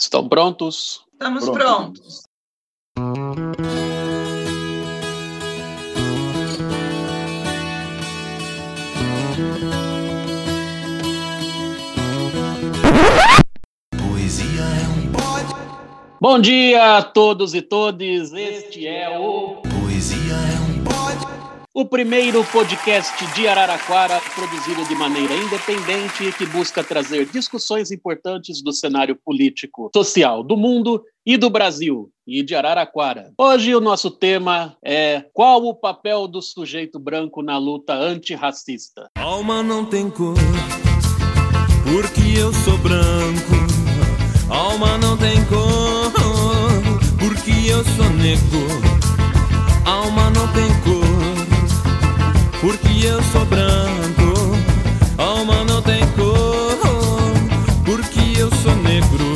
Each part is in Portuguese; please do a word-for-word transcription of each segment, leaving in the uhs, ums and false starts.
Estão prontos? Estamos prontos. Poesia é um pod. Bom dia a todos e todes. Este é o Poesia é um pod. O primeiro podcast de Araraquara produzido de maneira independente e que busca trazer discussões importantes do cenário político, social do mundo e do Brasil e de Araraquara. Hoje o nosso tema é: qual o papel do sujeito branco na luta antirracista? Alma não tem cor, porque eu sou branco. Alma não tem cor, porque eu sou negro. Alma não tem cor, porque eu sou branco. Alma não tem cor, porque eu sou negro.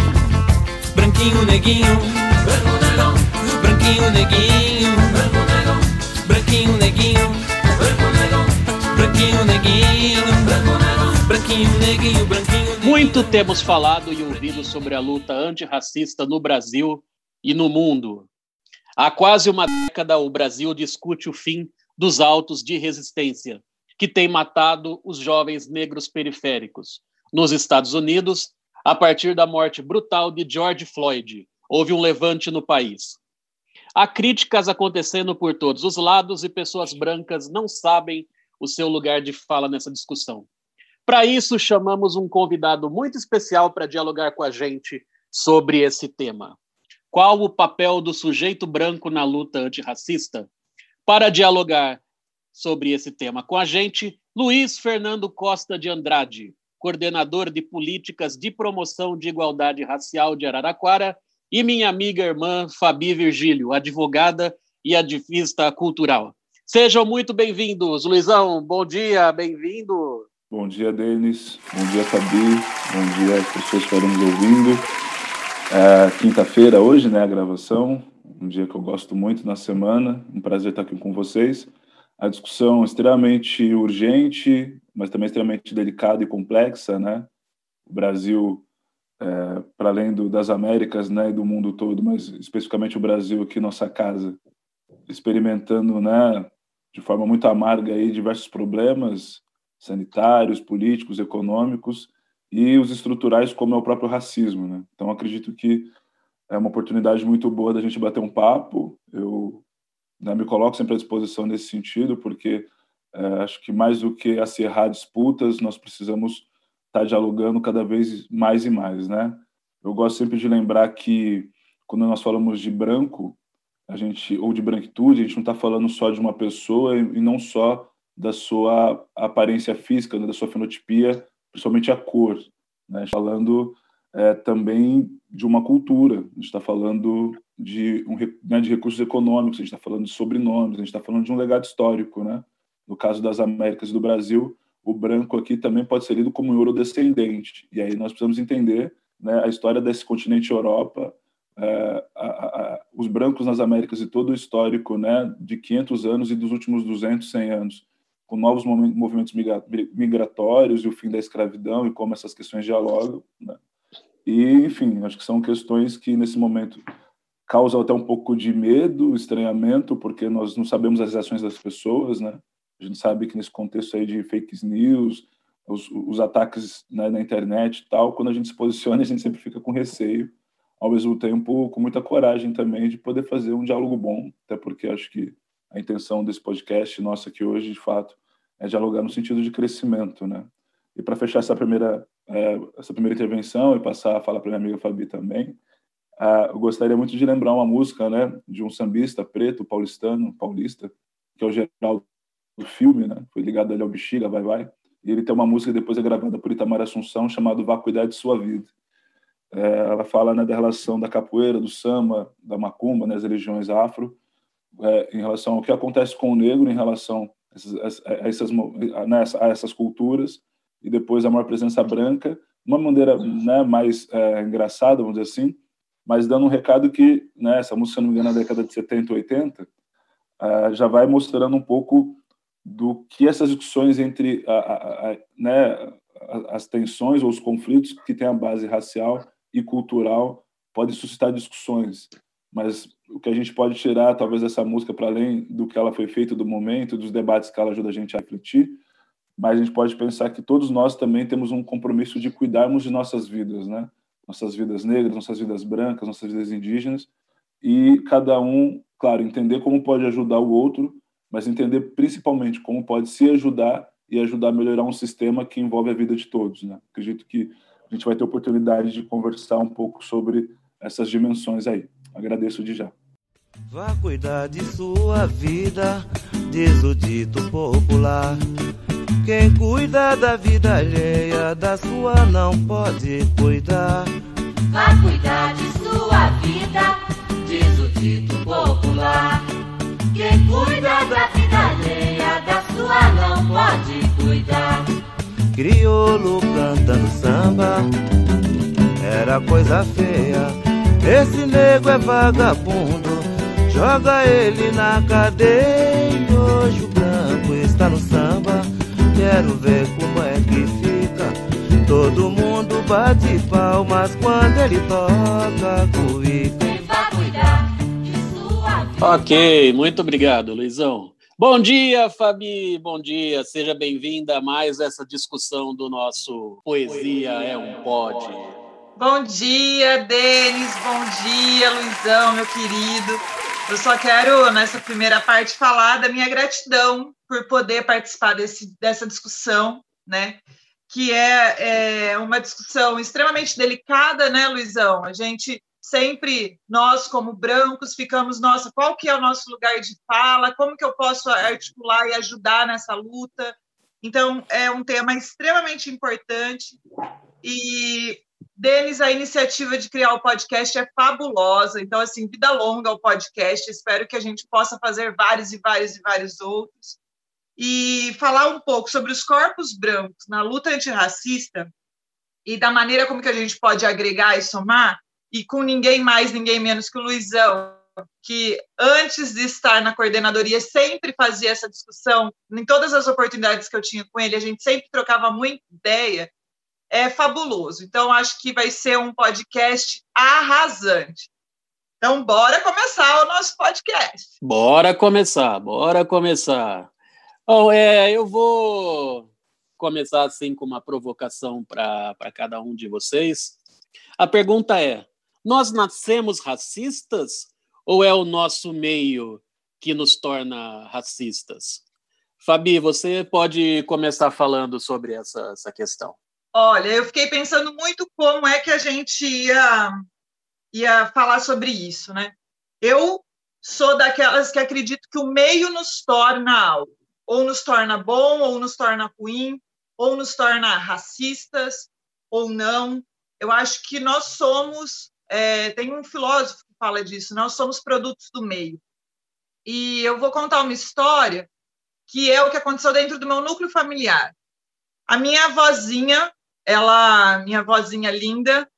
Branquinho, neguinho, branco, negão. Branquinho, neguinho, branco, negão. Branquinho, neguinho, branco, negão. Branquinho, neguinho, branco, negão. Branquinho, neguinho, branquinho, neguinho. Muito temos falado e ouvido sobre a luta antirracista no Brasil e no mundo. Há quase uma década o Brasil discute o fim dos autos de resistência, que têm matado os jovens negros periféricos. Nos Estados Unidos, a partir da morte brutal de George Floyd, houve um levante no país. Há críticas acontecendo por todos os lados e pessoas brancas não sabem o seu lugar de fala nessa discussão. Para isso, chamamos um convidado muito especial para dialogar com a gente sobre esse tema. Qual o papel do sujeito branco na luta antirracista? Para dialogar sobre esse tema com a gente, Luiz Fernando Costa de Andrade, coordenador de políticas de promoção de igualdade racial de Araraquara, e minha amiga e irmã Fabi Virgílio, advogada e ativista cultural. Sejam muito bem-vindos. Luizão, bom dia, bem-vindo. Bom dia, Denis. Bom dia, Fabi. Bom dia às pessoas que estão nos ouvindo. É, quinta-feira hoje, né, a gravação. Um dia que eu gosto muito na semana, um prazer estar aqui com vocês. A discussão é extremamente urgente, mas também extremamente delicada e complexa, né? O Brasil, é, para além do, das Américas, né, e do mundo todo, mas especificamente o Brasil aqui, nossa casa, experimentando, né, de forma muito amarga aí, diversos problemas sanitários, políticos, econômicos e os estruturais, como é o próprio racismo, né? Então, acredito que é uma oportunidade muito boa da gente bater um papo. Eu, né, me coloco sempre à disposição nesse sentido, porque é, acho que mais do que acirrar disputas, nós precisamos estar dialogando cada vez mais e mais, né? Eu gosto sempre de lembrar que quando nós falamos de branco, a gente, ou de branquitude, a gente não está falando só de uma pessoa e não só da sua aparência física, né, da sua fenotipia, principalmente a cor, né? Falando É, também de uma cultura, a gente está falando de, um, né, de recursos econômicos, a gente está falando de sobrenomes, a gente está falando de um legado histórico, né? No caso das Américas e do Brasil, o branco aqui também pode ser lido como um eurodescendente, e aí nós precisamos entender, né, a história desse continente Europa, é, a, a, os brancos nas Américas e todo o histórico, né, de quinhentos anos e dos últimos duzentos, cem anos, com novos movimentos migratórios e o fim da escravidão e como essas questões dialogam, né? E, enfim, acho que são questões que, nesse momento, causam até um pouco de medo, estranhamento, porque nós não sabemos as reações das pessoas, né? A gente sabe que, nesse contexto aí de fake news, os, os ataques, né, na internet e tal, quando a gente se posiciona, a gente sempre fica com receio, ao mesmo tempo com muita coragem também de poder fazer um diálogo bom, até porque acho que a intenção desse podcast nosso aqui hoje, de fato, é dialogar no sentido de crescimento, né? E para fechar essa primeira, é, essa primeira intervenção e passar a falar para minha amiga Fabi também, uh, eu gostaria muito de lembrar uma música, né, de um sambista preto, paulistano, paulista, que é o Geraldo do filme, né? Foi ligado ali ao Bexiga, Vai Vai. E ele tem uma música que depois é gravada por Itamar Assunção, chamada Vá Cuidar de Sua Vida. É, ela fala, né, da relação da capoeira, do samba, da macumba, né, as religiões afro, é, em relação ao que acontece com o negro, em relação a essas, a essas, a essas culturas, e depois a maior presença branca, de uma maneira, né, mais é, engraçada, vamos dizer assim, mas dando um recado que, né, essa música, se não me engano, na década de setenta, oitenta, uh, já vai mostrando um pouco do que essas discussões entre a, a, a, né, as tensões ou os conflitos que têm a base racial e cultural pode suscitar discussões, mas o que a gente pode tirar, talvez, dessa música, para além do que ela foi feita, do momento, dos debates que ela ajuda a gente a refletir, mas a gente pode pensar que todos nós também temos um compromisso de cuidarmos de nossas vidas, né? Nossas vidas negras, nossas vidas brancas, nossas vidas indígenas, e cada um, claro, entender como pode ajudar o outro, mas entender principalmente como pode se ajudar e ajudar a melhorar um sistema que envolve a vida de todos, né? Acredito que a gente vai ter oportunidade de conversar um pouco sobre essas dimensões aí. Agradeço de já. Vá cuidar de sua vida, diz o dito popular. Quem cuida da vida alheia, da sua não pode cuidar. Vá cuidar de sua vida, diz o dito popular. Quem cuida da vida alheia, da sua não pode cuidar. Crioulo cantando samba, era coisa feia. Esse nego é vagabundo, joga ele na cadeia. Hoje o branco está no samba, quero ver como é que fica. Todo mundo bate palmas quando ele toca cuíca. Ok, muito obrigado, Luizão. Bom dia, Fabi, bom dia. Seja bem-vinda a mais essa discussão do nosso Poesia é um Pod. Bom dia, Denis, bom dia, Luizão, meu querido. Eu só quero, nessa primeira parte, falar da minha gratidão por poder participar desse, dessa discussão, né? Que é, é uma discussão extremamente delicada, né, Luizão? A gente sempre, nós como brancos, ficamos, nossa, qual que é o nosso lugar de fala? Como que eu posso articular e ajudar nessa luta? Então, é um tema extremamente importante e... Denis, a iniciativa de criar o podcast é fabulosa. Então, assim, vida longa ao podcast. Espero que a gente possa fazer vários e vários e vários outros. E falar um pouco sobre os corpos brancos na luta antirracista e da maneira como que a gente pode agregar e somar, e com ninguém mais, ninguém menos que o Luizão, que antes de estar na coordenadoria sempre fazia essa discussão. Em todas as oportunidades que eu tinha com ele, a gente sempre trocava muita ideia. É fabuloso. Então, acho que vai ser um podcast arrasante. Então, bora começar o nosso podcast. Bora começar, bora começar. Bom, é, eu vou começar assim com uma provocação para cada um de vocês. A pergunta é, nós nascemos racistas ou é o nosso meio que nos torna racistas? Fabi, você pode começar falando sobre essa, essa questão. Olha, eu fiquei pensando muito como é que a gente ia, ia falar sobre isso, né? Eu sou daquelas que acredito que o meio nos torna algo, ou nos torna bom, ou nos torna ruim, ou nos torna racistas, ou não. Eu acho que nós somos, é, tem um filósofo que fala disso, nós somos produtos do meio. E eu vou contar uma história que é o que aconteceu dentro do meu núcleo familiar. A minha avózinha, ela, minha avózinha linda,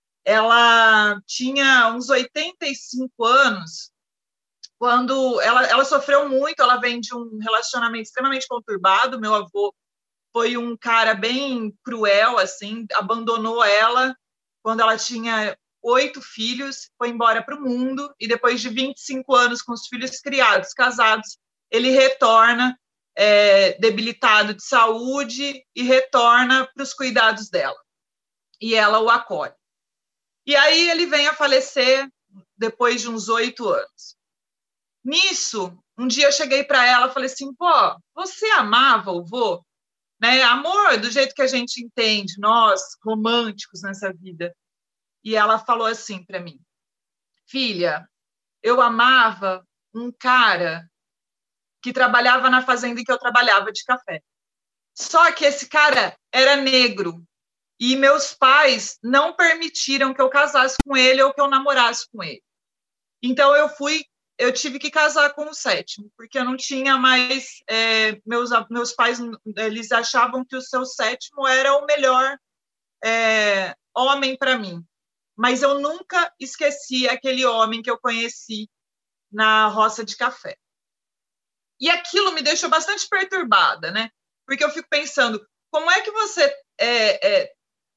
ela tinha uns oitenta e cinco anos, quando ela, ela sofreu muito, ela vem de um relacionamento extremamente conturbado, meu avô foi um cara bem cruel, assim, abandonou ela quando ela tinha oito filhos, foi embora para o mundo, e depois de vinte e cinco anos com os filhos criados, casados, ele retorna, É, debilitado de saúde e retorna para os cuidados dela. E ela o acolhe. E aí ele vem a falecer depois de uns oito anos. Nisso, um dia eu cheguei para ela e falei assim, pô, você amava o vô? Né? Amor, do jeito que a gente entende, nós, românticos nessa vida. E ela falou assim para mim, filha, eu amava um cara que trabalhava na fazenda em que eu trabalhava de café. Só que esse cara era negro e meus pais não permitiram que eu casasse com ele ou que eu namorasse com ele. Então eu fui, eu tive que casar com o sétimo, porque eu não tinha mais, é, meus, meus pais, eles achavam que o seu sétimo era o melhor é, homem para mim. Mas eu nunca esqueci aquele homem que eu conheci na roça de café. E aquilo me deixou bastante perturbada, né? Porque eu fico pensando, como é que você é, é,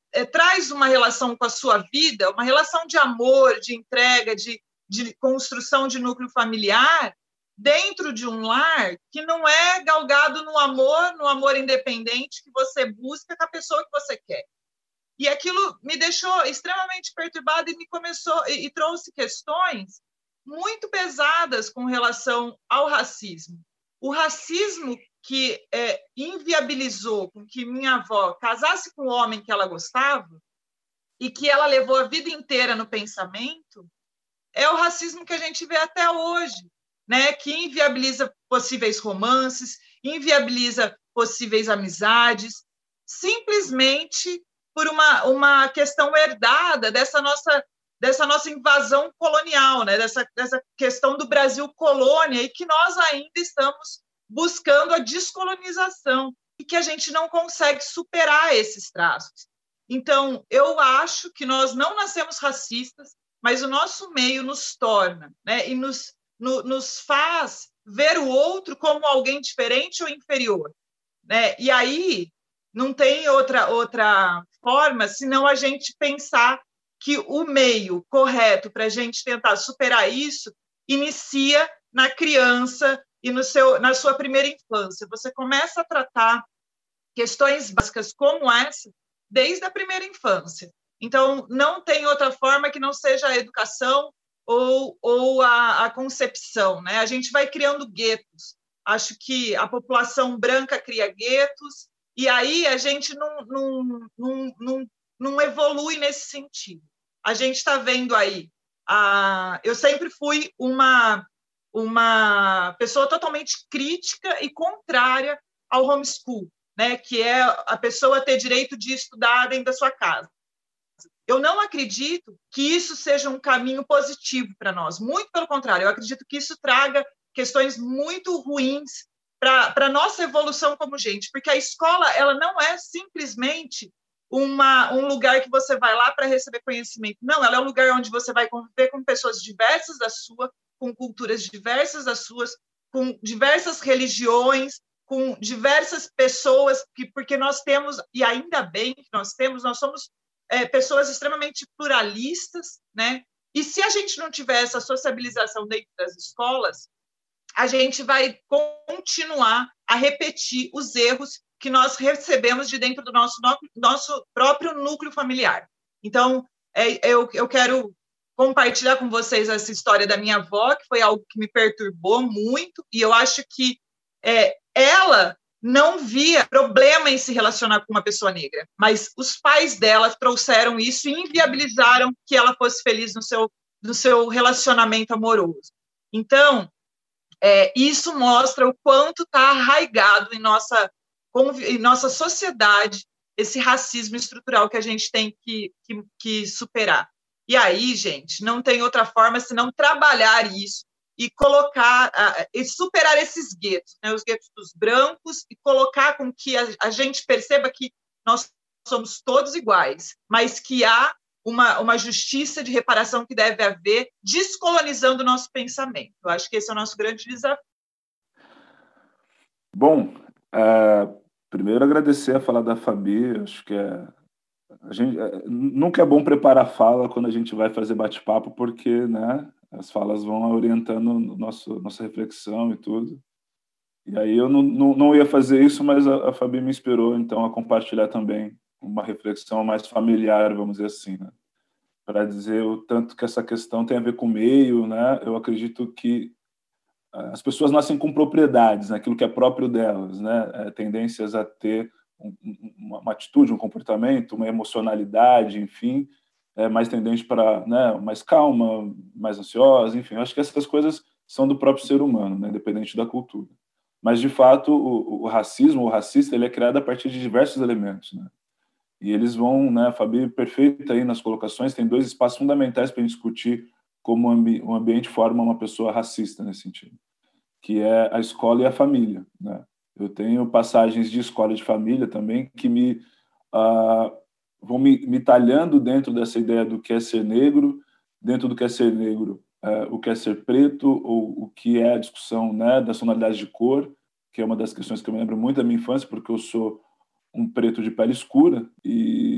é, traz uma relação com a sua vida, uma relação de amor, de entrega, de, de construção de núcleo familiar, dentro de um lar que não é galgado no amor, no amor independente que você busca com a pessoa que você quer. E aquilo me deixou extremamente perturbada e me começou e, e trouxe questões muito pesadas com relação ao racismo. O racismo que é, inviabilizou com que minha avó casasse com o homem que ela gostava e que ela levou a vida inteira no pensamento, é o racismo que a gente vê até hoje, né? Que inviabiliza possíveis romances, inviabiliza possíveis amizades, simplesmente por uma, uma questão herdada dessa nossa, dessa nossa invasão colonial, né? dessa, dessa questão do Brasil colônia, e que nós ainda estamos buscando a descolonização e que a gente não consegue superar esses traços. Então, eu acho que nós não nascemos racistas, mas o nosso meio nos torna, né? E nos, no, nos faz ver o outro como alguém diferente ou inferior, né? E aí não tem outra, outra forma senão a gente pensar que o meio correto para a gente tentar superar isso inicia na criança e no seu, na sua primeira infância. Você começa a tratar questões básicas como essa desde a primeira infância. Então, não tem outra forma que não seja a educação ou, ou a, a concepção, né? A gente vai criando guetos. Acho que a população branca cria guetos e aí a gente não, não, não, não, não evolui nesse sentido. A gente está vendo aí... A, eu sempre fui uma... uma pessoa totalmente crítica e contrária ao homeschool, né? Que é a pessoa ter direito de estudar dentro da sua casa. Eu não acredito que isso seja um caminho positivo para nós, muito pelo contrário, eu acredito que isso traga questões muito ruins para a nossa evolução como gente, porque a escola ela não é simplesmente uma, um lugar que você vai lá para receber conhecimento, não, ela é um lugar onde você vai conviver com pessoas diversas da sua, com culturas diversas das suas, com diversas religiões, com diversas pessoas, que, porque nós temos, e ainda bem que nós temos, nós somos é, pessoas extremamente pluralistas, né? E se a gente não tiver essa sociabilização dentro das escolas, a gente vai continuar a repetir os erros que nós recebemos de dentro do nosso, nosso próprio núcleo familiar. Então, é, eu, eu quero compartilhar com vocês essa história da minha avó, que foi algo que me perturbou muito, e eu acho que é, ela não via problema em se relacionar com uma pessoa negra, mas os pais dela trouxeram isso e inviabilizaram que ela fosse feliz no seu, no seu relacionamento amoroso. Então, é, isso mostra o quanto está arraigado em nossa, em nossa sociedade esse racismo estrutural que a gente tem que, que, que superar. E aí, gente, não tem outra forma senão trabalhar isso e colocar, uh, e superar esses guetos, né, os guetos dos brancos, e colocar com que a, a gente perceba que nós somos todos iguais, mas que há uma, uma justiça de reparação que deve haver, descolonizando o nosso pensamento. Eu acho que esse é o nosso grande desafio. Bom, uh, primeiro agradecer a fala da Fabi, acho que é A gente, nunca é bom preparar a fala quando a gente vai fazer bate-papo, porque, né, as falas vão orientando nosso, nossa reflexão e tudo. E aí eu não, não, não ia fazer isso, mas a, a Fabi me inspirou, então, a compartilhar também uma reflexão mais familiar, vamos dizer assim, né? Para dizer o tanto que essa questão tem a ver com o meio, né? Eu acredito que as pessoas nascem com propriedades, naquilo que é próprio delas, né? É, tendências a ter uma, uma atitude, um comportamento, uma emocionalidade, enfim, é mais tendente para, né, mais calma, mais ansiosa, enfim. Eu acho que essas coisas são do próprio ser humano, né, independente da cultura. Mas, de fato, o, o racismo, o racista, ele é criado a partir de diversos elementos, né? E eles vão, né, a Fabi, perfeita aí nas colocações, tem dois espaços fundamentais para a gente discutir como o ambi- um ambiente forma uma pessoa racista nesse sentido, que é a escola e a família, né? Eu tenho passagens de escola e de família também que me uh, vão me, me talhando dentro dessa ideia do que é ser negro, dentro do que é ser negro, uh, o que é ser preto, ou o que é a discussão, né, das tonalidades de cor, que é uma das questões que eu me lembro muito da minha infância, porque eu sou um preto de pele escura, e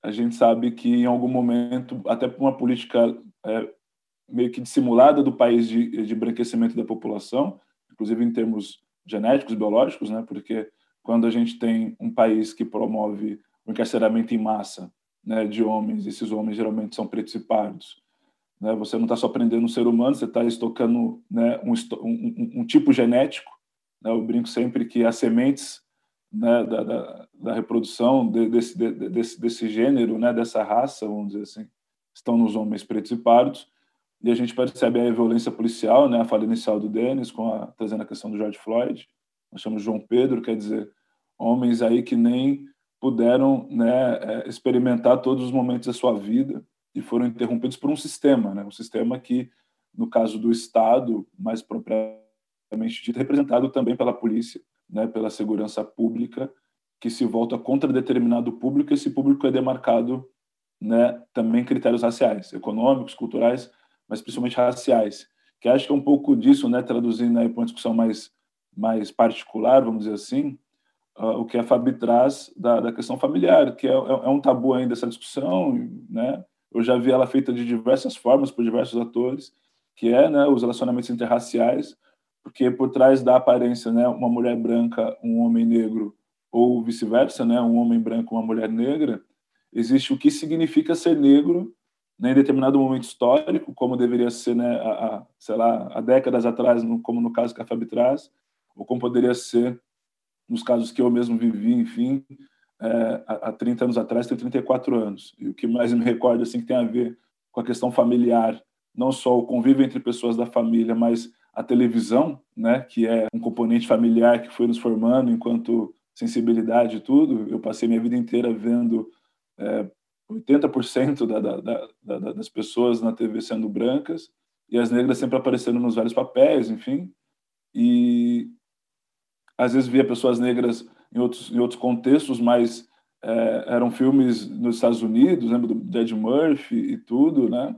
a gente sabe que em algum momento, até por uma política é, meio que dissimulada do país de, de embranquecimento da população, inclusive em termos genéticos, biológicos, né? Porque quando a gente tem um país que promove o encarceramento em massa, né, de homens, esses homens geralmente são pretos e pardos, né? Você não está só prendendo um ser humano, você está estocando, né, um, um, um tipo genético, né? Eu brinco sempre que as sementes, né, da, da, da reprodução de, desse, de, desse, desse gênero, né, dessa raça, vamos dizer assim, estão nos homens pretos e pardos, e a gente percebe a violência policial, né, a fala inicial do Denis, com a, trazendo a questão do George Floyd, nós chamamos João Pedro, quer dizer, homens aí que nem puderam, né, experimentar todos os momentos da sua vida e foram interrompidos por um sistema, né, um sistema que, no caso do Estado, mais propriamente dito, representado também pela polícia, né, pela segurança pública, que se volta contra determinado público, e esse público é demarcado, né, também critérios raciais, econômicos, culturais, mas principalmente raciais, que acho que é um pouco disso, né, traduzindo aí para uma discussão mais, mais particular, vamos dizer assim, uh, o que a Fabi traz da, da questão familiar, que é, é um tabu ainda essa discussão, né, eu já vi ela feita de diversas formas, por diversos atores, que é, né, os relacionamentos interraciais, porque por trás da aparência, né, uma mulher branca, um homem negro, ou vice-versa, né, um homem branco, uma mulher negra, existe o que significa ser negro, né, em determinado momento histórico, como deveria ser, né, há, há, sei lá, há décadas atrás, no, como no caso que a Fabi traz, ou como poderia ser nos casos que eu mesmo vivi, enfim, é, há, há trinta anos atrás, tenho trinta e quatro anos. E o que mais me recordo, assim, que tem a ver com a questão familiar, não só o convívio entre pessoas da família, mas a televisão, né, que é um componente familiar que foi nos formando enquanto sensibilidade e tudo. Eu passei minha vida inteira vendo é, oitenta por cento da, da, da, da, das pessoas na T V sendo brancas e as negras sempre aparecendo nos vários papéis, enfim. E às vezes via pessoas negras em outros, em outros contextos, mas é, eram filmes nos Estados Unidos, lembro do Ed Murphy e tudo, né,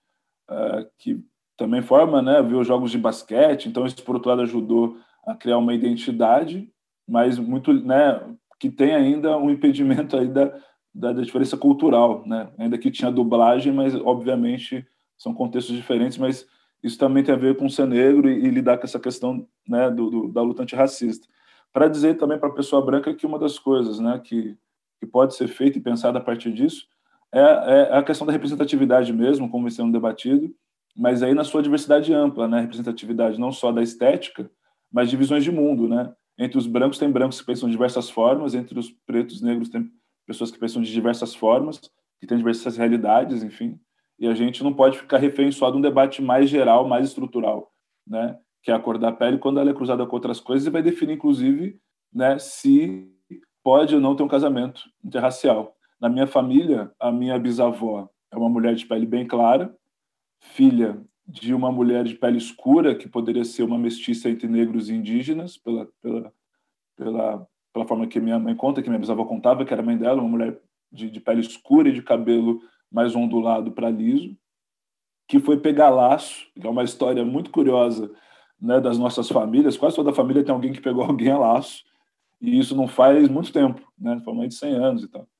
é, que também forma, né, ver os jogos de basquete, então isso, por outro lado, ajudou a criar uma identidade, mas muito, né, que tem ainda um impedimento aí da, da, da diferença cultural, né, ainda que tinha dublagem, mas, obviamente, são contextos diferentes, mas isso também tem a ver com ser negro e, e lidar com essa questão, né, do, do, da luta antirracista. Para dizer também para a pessoa branca que uma das coisas, né, que, que pode ser feita e pensada a partir disso é, é a questão da representatividade mesmo, como vem sendo debatido, mas aí na sua diversidade ampla, né? Representatividade não só da estética, mas de visões de mundo, né? Entre os brancos tem brancos que pensam de diversas formas, entre os pretos e negros tem pessoas que pensam de diversas formas, que têm diversas realidades, enfim, e a gente não pode ficar refém só de um debate mais geral, mais estrutural, né? Que é a cor da pele, quando ela é cruzada com outras coisas, e vai definir, inclusive, né, se pode ou não ter um casamento interracial. Na minha família, a minha bisavó é uma mulher de pele bem clara, filha de uma mulher de pele escura, que poderia ser uma mestiça entre negros e indígenas, pela, pela, pela, pela forma que minha mãe conta, que minha bisavó contava, que era a mãe dela, uma mulher de, de pele escura e de cabelo mais ondulado para liso, que foi pegar laço, que é uma história muito curiosa, né, das nossas famílias. Quase toda família tem alguém que pegou alguém a laço, e isso não faz muito tempo, né, foi mais de cem anos e tal.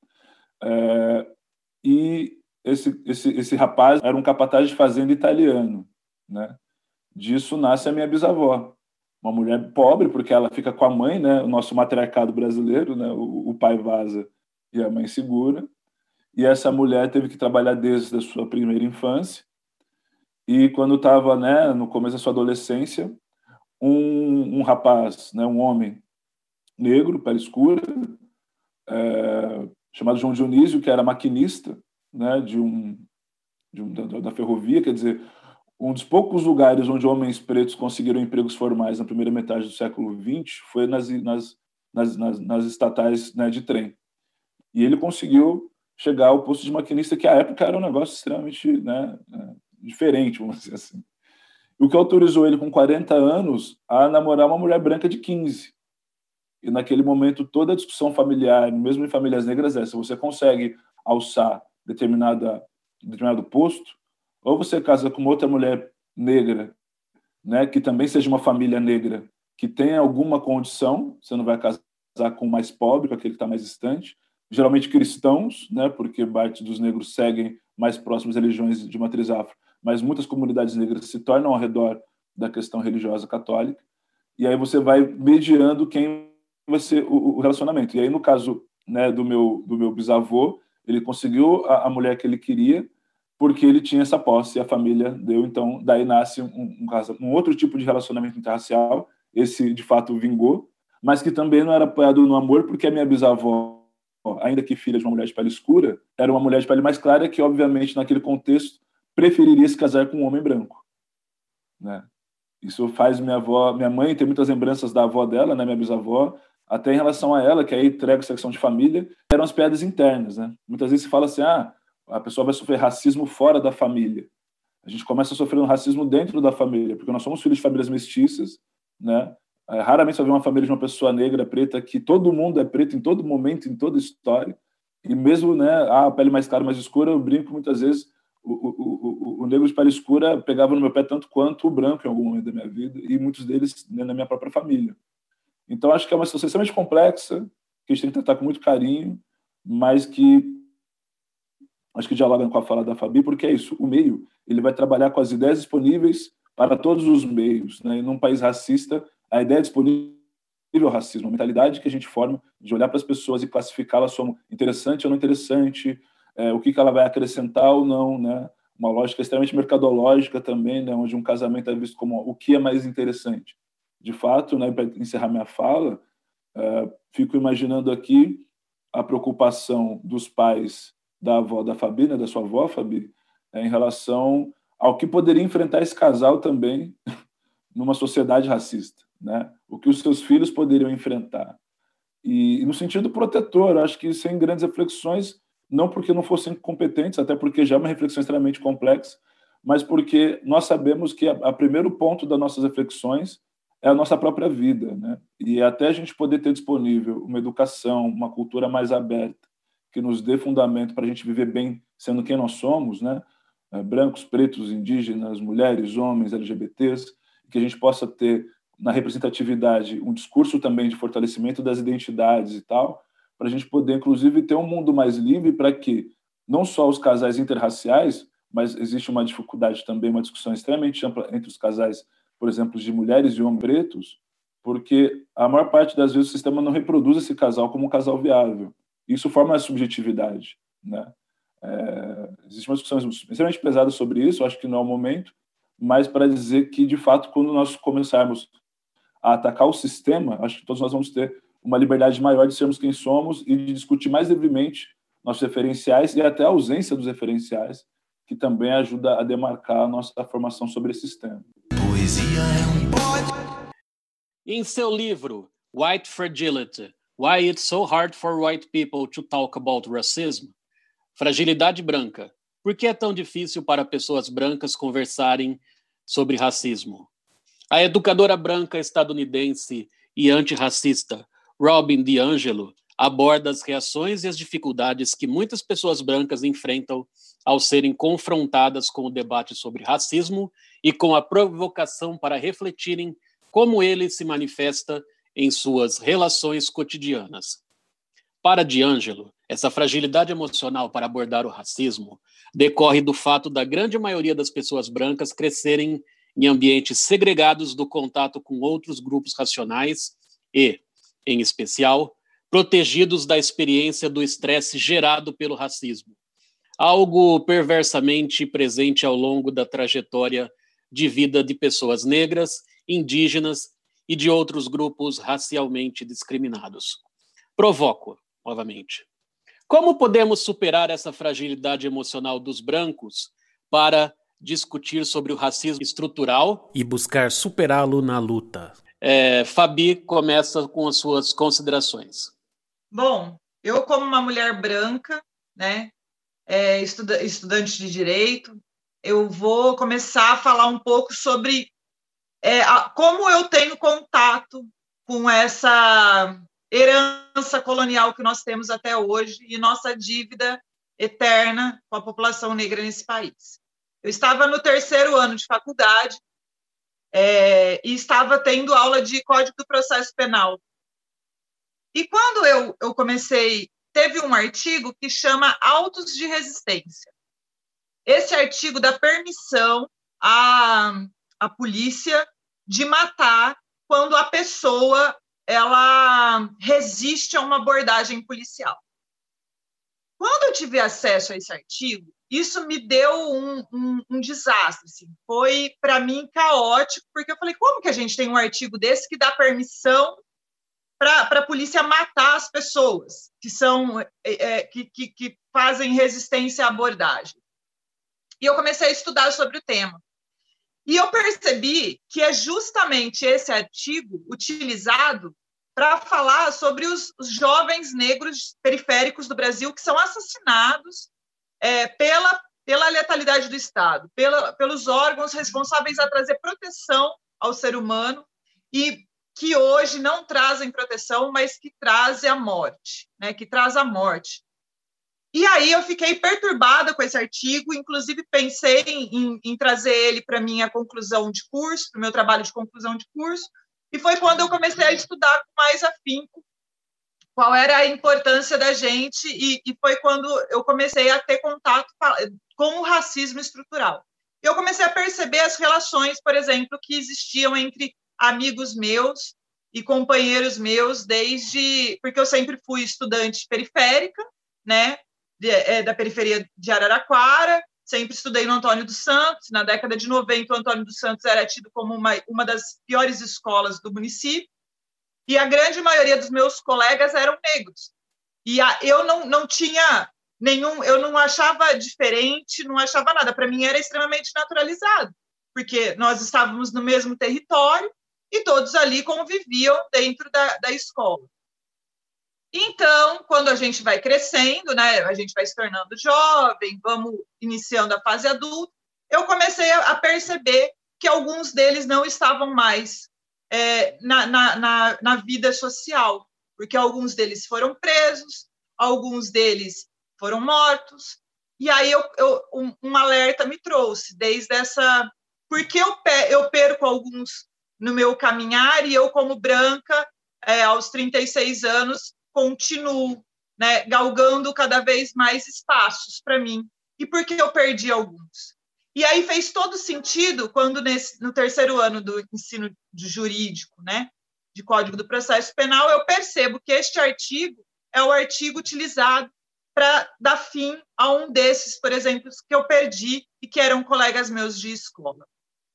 É, e Esse, esse, esse rapaz era um capataz de fazenda italiano, né? Disso nasce a minha bisavó, uma mulher pobre, porque ela fica com a mãe, né? O nosso matriarcado brasileiro, né? O, o pai vaza e a mãe segura. E essa mulher teve que trabalhar desde a sua primeira infância. E quando estava, né, no começo da sua adolescência, um, um rapaz, né, um homem negro, pele escura, é, chamado João Dionísio, que era maquinista, né, de um, de um da, da ferrovia, quer dizer, um dos poucos lugares onde homens pretos conseguiram empregos formais na primeira metade do século vinte foi nas, nas, nas, nas, nas estatais, né, de trem. E ele conseguiu chegar ao posto de maquinista, que à época era um negócio extremamente, né, diferente, vamos dizer assim. O que autorizou ele, com quarenta anos, a namorar uma mulher branca de quinze. E naquele momento, toda a discussão familiar, mesmo em famílias negras, é: se você consegue alçar determinada, determinado posto, ou você casa com outra mulher negra, né, que também seja uma família negra, que tenha alguma condição, você não vai casar com o mais pobre, com aquele que está mais distante, geralmente cristãos, né, porque parte dos negros seguem mais próximas religiões de matriz afro, mas muitas comunidades negras se tornam ao redor da questão religiosa católica, e aí você vai mediando quem vai ser o, o relacionamento. E aí, no caso, né, do, meu, do meu bisavô, ele conseguiu a, a mulher que ele queria porque ele tinha essa posse e a família deu. Então, daí nasce um, um, um outro tipo de relacionamento interracial, esse, de fato, vingou, mas que também não era apoiado no amor, porque a minha bisavó, ainda que filha de uma mulher de pele escura, era uma mulher de pele mais clara que, obviamente, naquele contexto, preferiria se casar com um homem branco, né? Isso faz minha avó, minha mãe tem muitas lembranças da avó dela, né, minha bisavó, até em relação a ela, que aí entrega a secção de família, eram as piadas internas, né? Muitas vezes se fala assim, ah, a pessoa vai sofrer racismo fora da família. A gente começa a sofrer um racismo dentro da família, porque nós somos filhos de famílias mestiças, né? É, raramente você vê uma família de uma pessoa negra, preta, que todo mundo é preto em todo momento, em toda história, e mesmo, né, a pele mais clara, mais escura, eu brinco muitas vezes, o, o, o, o negro de pele escura pegava no meu pé tanto quanto o branco em algum momento da minha vida, e muitos deles, né, na minha própria família. Então, acho que é uma situação extremamente complexa, que a gente tem que tratar com muito carinho, mas que acho que dialoga com a fala da Fabi, porque é isso, o meio ele vai trabalhar com as ideias disponíveis para todos os meios, né? E num país racista, a ideia disponível é o racismo, a mentalidade que a gente forma de olhar para as pessoas e classificá-las como interessante ou não interessante, é, o que, que ela vai acrescentar ou não, né? Uma lógica extremamente mercadológica também, né? Onde um casamento é visto como o que é mais interessante. De fato, né, para encerrar minha fala, uh, fico imaginando aqui a preocupação dos pais da avó da Fabi, né, da sua avó, Fabi, é, em relação ao que poderia enfrentar esse casal também numa sociedade racista, né? O que os seus filhos poderiam enfrentar. E, e no sentido protetor, acho que sem grandes reflexões, não porque não fossem competentes, até porque já é uma reflexão extremamente complexa, mas porque nós sabemos que a, a primeiro ponto das nossas reflexões é a nossa própria vida, né? E até a gente poder ter disponível uma educação, uma cultura mais aberta, que nos dê fundamento para a gente viver bem sendo quem nós somos, né? Brancos, pretos, indígenas, mulheres, homens, L G B Ts, que a gente possa ter na representatividade um discurso também de fortalecimento das identidades e tal, para a gente poder, inclusive, ter um mundo mais livre para que não só os casais interraciais, mas existe uma dificuldade também, uma discussão extremamente ampla entre os casais, por exemplo, de mulheres e homens pretos, porque a maior parte das vezes o sistema não reproduz esse casal como um casal viável. Isso forma a subjetividade, né? É, existe uma discussão extremamente pesada sobre isso, acho que não é o momento, mas para dizer que, de fato, quando nós começarmos a atacar o sistema, acho que todos nós vamos ter uma liberdade maior de sermos quem somos e de discutir mais livremente nossos referenciais e até a ausência dos referenciais, que também ajuda a demarcar a nossa formação sobre esse sistema. Poesia é um pode. Em seu livro, White Fragility, Why It's So Hard for White People to Talk About Racism, Fragilidade Branca, por que é tão difícil para pessoas brancas conversarem sobre racismo? A educadora branca estadunidense e antirracista Robin DiAngelo aborda as reações e as dificuldades que muitas pessoas brancas enfrentam ao serem confrontadas com o debate sobre racismo e com a provocação para refletirem como ele se manifesta em suas relações cotidianas. Para DiAngelo, essa fragilidade emocional para abordar o racismo decorre do fato da grande maioria das pessoas brancas crescerem em ambientes segregados do contato com outros grupos racionais e, em especial, protegidos da experiência do estresse gerado pelo racismo, algo perversamente presente ao longo da trajetória de vida de pessoas negras, indígenas e de outros grupos racialmente discriminados. Provoco, novamente. Como podemos superar essa fragilidade emocional dos brancos para discutir sobre o racismo estrutural e buscar superá-lo na luta? É, Fabi começa com as suas considerações. Bom, eu como uma mulher branca, né, é, estuda, estudante de direito, eu vou começar a falar um pouco sobre é, a, como eu tenho contato com essa herança colonial que nós temos até hoje e nossa dívida eterna com a população negra nesse país. Eu estava no terceiro ano de faculdade é, e estava tendo aula de Código do Processo Penal. E quando eu, eu comecei teve um artigo que chama Autos de Resistência. Esse artigo dá permissão à, à polícia de matar quando a pessoa ela resiste a uma abordagem policial. Quando eu tive acesso a esse artigo, isso me deu um, um, um desastre. Assim. Foi, para mim, caótico, porque eu falei, como que a gente tem um artigo desse que dá permissão para a polícia matar as pessoas que, são, é, que, que, que fazem resistência à abordagem? E eu comecei a estudar sobre o tema. E eu percebi que é justamente esse artigo utilizado para falar sobre os, os jovens negros periféricos do Brasil que são assassinados é, pela, pela letalidade do Estado, pela, pelos órgãos responsáveis a trazer proteção ao ser humano e que hoje não trazem proteção, mas que trazem a morte, né, que traz a morte. E aí eu fiquei perturbada com esse artigo, inclusive pensei em, em, em trazer ele para a minha conclusão de curso, para o meu trabalho de conclusão de curso, e foi quando eu comecei a estudar com mais afinco qual era a importância da gente, e, e foi quando eu comecei a ter contato com o racismo estrutural. Eu comecei a perceber as relações, por exemplo, que existiam entre amigos meus e companheiros meus, desde... porque eu sempre fui estudante periférica, né? De, é, da periferia de Araraquara, sempre estudei no Antônio dos Santos. Na década de noventa, o Antônio dos Santos era tido como uma, uma das piores escolas do município, e a grande maioria dos meus colegas eram negros. E a, eu não, não tinha nenhum, eu não achava diferente, não achava nada. Para mim era extremamente naturalizado, porque nós estávamos no mesmo território e todos ali conviviam dentro da, da escola. Então, quando a gente vai crescendo, né, a gente vai se tornando jovem, vamos iniciando a fase adulta, eu comecei a perceber que alguns deles não estavam mais é, na, na, na, na vida social, porque alguns deles foram presos, alguns deles foram mortos, e aí eu, eu, um, um alerta me trouxe, desde essa... Porque eu, eu perco alguns no meu caminhar, e eu, como branca, é, aos trinta e seis anos, continuo, né, galgando cada vez mais espaços para mim. E por que eu perdi alguns? E aí fez todo sentido quando, nesse, no terceiro ano do ensino jurídico, né, de Código do Processo Penal, eu percebo que este artigo é o artigo utilizado para dar fim a um desses, por exemplo, que eu perdi e que eram colegas meus de escola.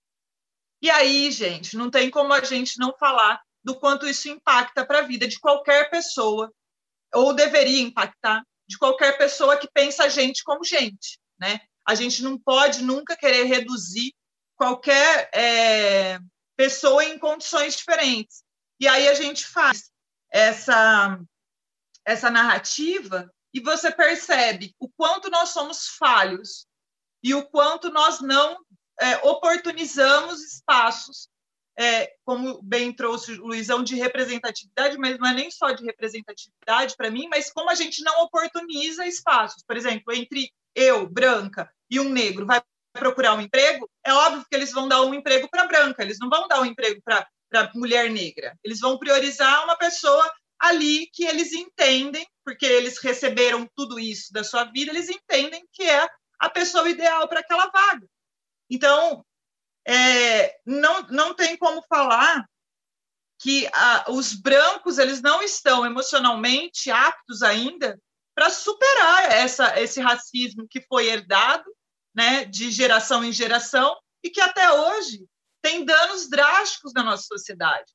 E aí, gente, não tem como a gente não falar do quanto isso impacta para a vida de qualquer pessoa, ou deveria impactar, de qualquer pessoa que pensa a gente como gente, né? A gente não pode nunca querer reduzir qualquer é, pessoa em condições diferentes. E aí a gente faz essa, essa narrativa e você percebe o quanto nós somos falhos e o quanto nós não é, oportunizamos espaços, É, como bem trouxe o Luizão, de representatividade, mas não é nem só de representatividade para mim, mas como a gente não oportuniza espaços. Por exemplo, entre eu, branca, e um negro vai procurar um emprego, é óbvio que eles vão dar um emprego para branca, eles não vão dar um emprego para mulher negra. Eles vão priorizar uma pessoa ali que eles entendem, porque eles receberam tudo isso da sua vida, eles entendem que é a pessoa ideal para aquela vaga. Então, É, não, não tem como falar que a, os brancos eles não estão emocionalmente aptos ainda para superar essa, esse racismo que foi herdado, né, de geração em geração e que até hoje tem danos drásticos na nossa sociedade.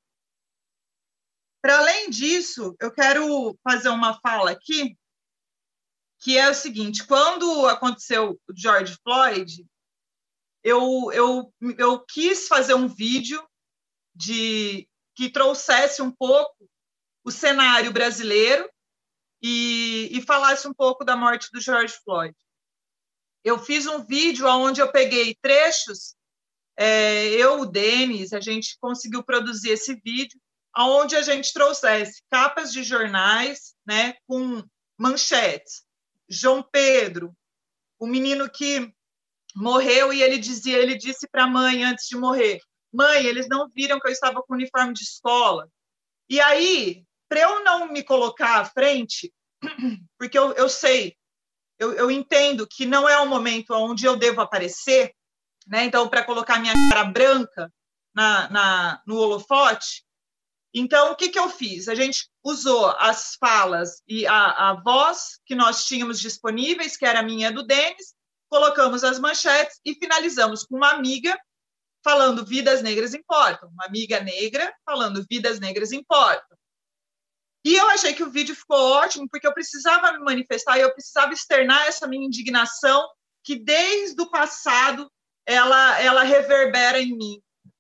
Para além disso, eu quero fazer uma fala aqui, que é o seguinte: quando aconteceu o George Floyd, Eu, eu, eu quis fazer um vídeo de, que trouxesse um pouco o cenário brasileiro e, e falasse um pouco da morte do George Floyd. Eu fiz um vídeo onde eu peguei trechos, é, eu, o Denis, a gente conseguiu produzir esse vídeo, onde a gente trouxesse capas de jornais, né, com manchetes. João Pedro, o menino que morreu, e ele dizia, ele disse para a mãe antes de morrer: mãe, eles não viram que eu estava com uniforme de escola. E aí, para eu não me colocar à frente porque eu, eu sei, eu, eu entendo que não é o momento onde eu devo aparecer, né? Então, para colocar minha cara branca na, na, no holofote. Então, o que, que eu fiz? A gente usou as falas e a, a voz que nós tínhamos disponíveis, que era a minha e a do Denis, colocamos as manchetes e finalizamos com uma amiga falando vidas negras importam, uma amiga negra falando vidas negras importam. E eu achei que o vídeo ficou ótimo, porque eu precisava me manifestar e eu precisava externar essa minha indignação, que desde o passado ela, ela reverbera em mim.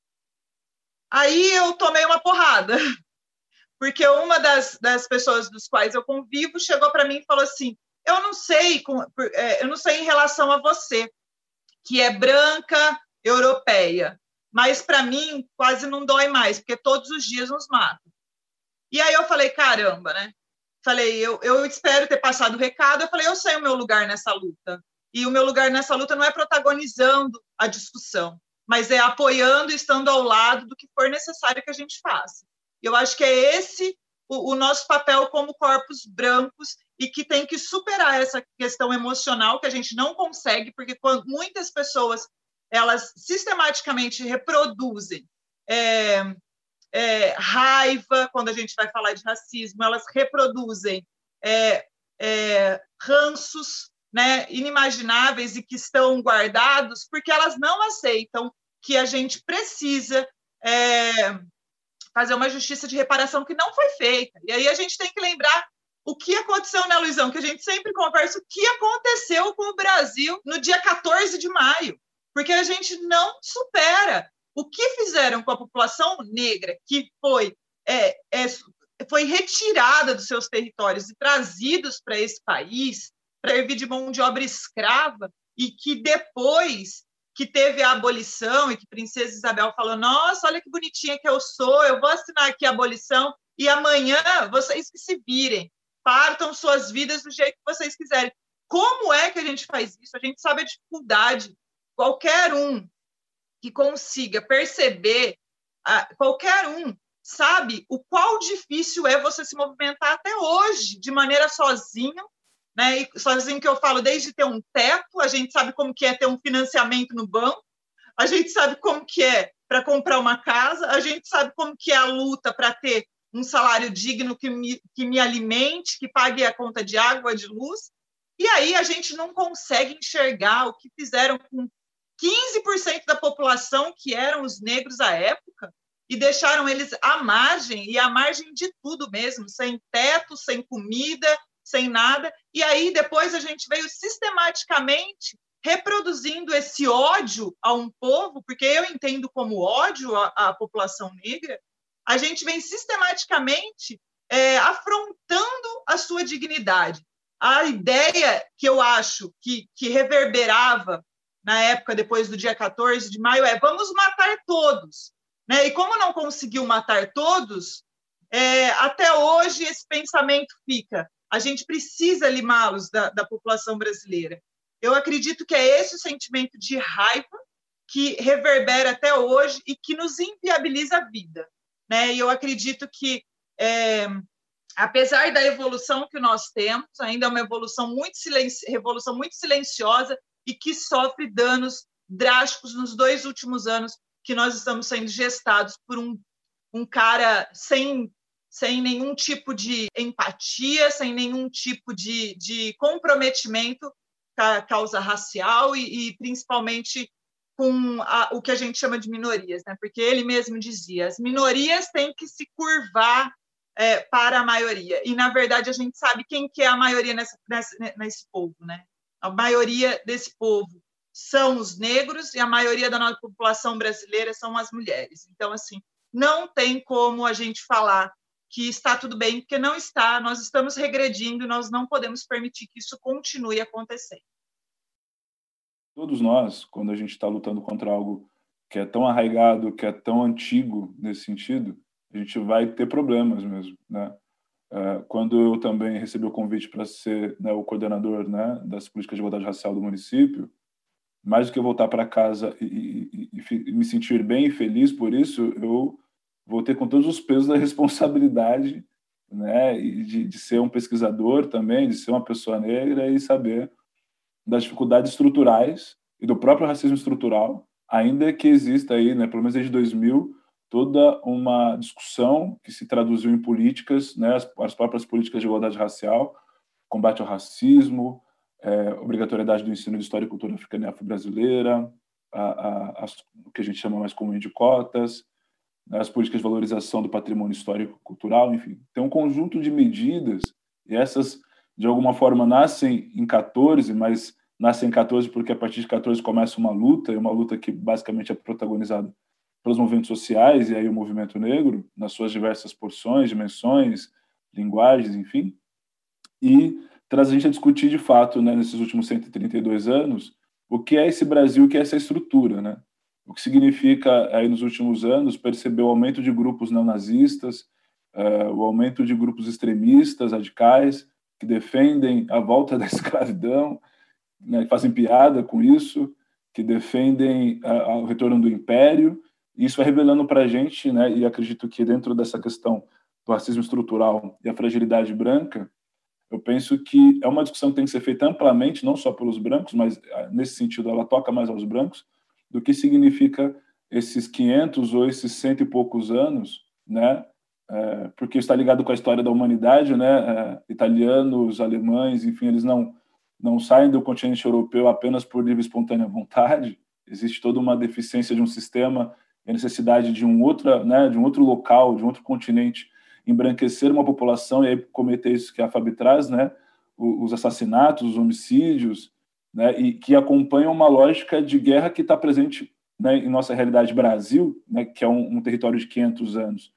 Aí eu tomei uma porrada, porque uma das, das pessoas dos quais eu convivo chegou para mim e falou assim, eu não sei, eu não sei em relação a você, que é branca, europeia, mas para mim quase não dói mais, porque todos os dias nos matam. E aí eu falei, caramba, né? Falei, eu, eu espero ter passado o recado, eu falei, eu sei o meu lugar nessa luta, e o meu lugar nessa luta não é protagonizando a discussão, mas é apoiando e estando ao lado do que for necessário que a gente faça. Eu acho que é esse o, o nosso papel como corpos brancos e que tem que superar essa questão emocional que a gente não consegue, porque quando muitas pessoas elas sistematicamente reproduzem é, é, raiva, quando a gente vai falar de racismo, elas reproduzem é, é, ranços, né, inimagináveis e que estão guardados porque elas não aceitam que a gente precisa é, fazer uma justiça de reparação que não foi feita. E aí a gente tem que lembrar o que aconteceu, né, Luizão? Que a gente sempre conversa o que aconteceu com o Brasil no dia quatorze de maio, porque a gente não supera o que fizeram com a população negra, que foi, é, é, foi retirada dos seus territórios e trazidos para esse país, para servir de mão de obra escrava, e que depois que teve a abolição e que Princesa Isabel falou, nossa, olha que bonitinha que eu sou, eu vou assinar aqui a abolição e amanhã vocês que se virem, partam suas vidas do jeito que vocês quiserem. Como é que a gente faz isso? A gente sabe a dificuldade. Qualquer um que consiga perceber, qualquer um sabe o qual difícil é você se movimentar até hoje, de maneira sozinho, né? E sozinho que eu falo, desde ter um teto, a gente sabe como que é ter um financiamento no banco, a gente sabe como que é para comprar uma casa, a gente sabe como que é a luta para ter um salário digno que me, que me alimente, que pague a conta de água, de luz, e aí a gente não consegue enxergar o que fizeram com quinze por cento da população, que eram os negros à época, e deixaram eles à margem, e à margem de tudo mesmo, sem teto, sem comida, sem nada, e aí depois a gente veio sistematicamente reproduzindo esse ódio a um povo, porque eu entendo como ódio a, a população negra, a gente vem sistematicamente é, afrontando a sua dignidade. A ideia que eu acho que, que reverberava na época, depois do dia quatorze de maio, é vamos matar todos. Né? E como não conseguiu matar todos, é, até hoje esse pensamento fica. A gente precisa limá-los da, da população brasileira. Eu acredito que é esse o sentimento de raiva que reverbera até hoje e que nos inviabiliza a vida. Né? E eu acredito que, é, apesar da evolução que nós temos, ainda é uma evolução muito, silenci- revolução muito silenciosa e que sofre danos drásticos nos dois últimos anos que nós estamos sendo gestados por um, um cara sem... sem nenhum tipo de empatia, sem nenhum tipo de, de comprometimento com a causa racial e, e principalmente com a, o que a gente chama de minorias, né? Porque ele mesmo dizia, as minorias têm que se curvar é, para a maioria. E, na verdade, a gente sabe quem que é a maioria nessa, nessa, nesse povo, né? A maioria desse povo são os negros e a maioria da nossa população brasileira são as mulheres. Então, assim, não tem como a gente falar que está tudo bem, porque não está, nós estamos regredindo, nós não podemos permitir que isso continue acontecendo. Todos nós, quando a gente está lutando contra algo que é tão arraigado, que é tão antigo nesse sentido, a gente vai ter problemas mesmo, né? É, quando eu também recebi o convite para ser, né, o coordenador, né, das políticas de igualdade racial do município, mais do que eu voltar para casa e, e, e, e me sentir bem e feliz por isso, eu voltei com todos os pesos da responsabilidade né, e de, de ser um pesquisador também, de ser uma pessoa negra e saber das dificuldades estruturais e do próprio racismo estrutural, ainda que exista aí, né, pelo menos desde dois mil, toda uma discussão que se traduziu em políticas, né, as, as próprias políticas de igualdade racial, combate ao racismo, é, obrigatoriedade do ensino de história e cultura africana e afro-brasileira, a, a, as, o que a gente chama mais comumente de cotas, né, as políticas de valorização do patrimônio histórico e cultural, enfim. Tem um conjunto de medidas, e essas, de alguma forma, nascem em quatorze, mas nascem em quatorze porque a partir de quatorze começa uma luta, e uma luta que basicamente é protagonizada pelos movimentos sociais, e aí o movimento negro, nas suas diversas porções, dimensões, linguagens, enfim, e traz a gente a discutir de fato, né, nesses últimos cento e trinta e dois anos, o que é esse Brasil, o que é essa estrutura, né? O que significa, aí nos últimos anos, perceber o aumento de grupos neonazistas, uh, o aumento de grupos extremistas, radicais, que defendem a volta da escravidão, né, que fazem piada com isso, que defendem uh, o retorno do império. E isso vai revelando para a gente, né, e acredito que dentro dessa questão do racismo estrutural e a fragilidade branca, eu penso que é uma discussão que tem que ser feita amplamente, não só pelos brancos, mas nesse sentido ela toca mais aos brancos, do que significa esses quinhentos ou esses cento e poucos anos, né? É, porque está ligado com a história da humanidade, né? É, italianos, alemães, enfim, eles não não saem do continente europeu apenas por livre e espontânea vontade. Existe toda uma deficiência de um sistema, a necessidade de um outro, né? De um outro local, de um outro continente, embranquecer uma população e aí cometer isso que a Fabi traz, né? Os assassinatos, os homicídios, né? E que acompanham uma lógica de guerra que está presente, né, em nossa realidade Brasil, né? Que é um, um território de quinhentos anos,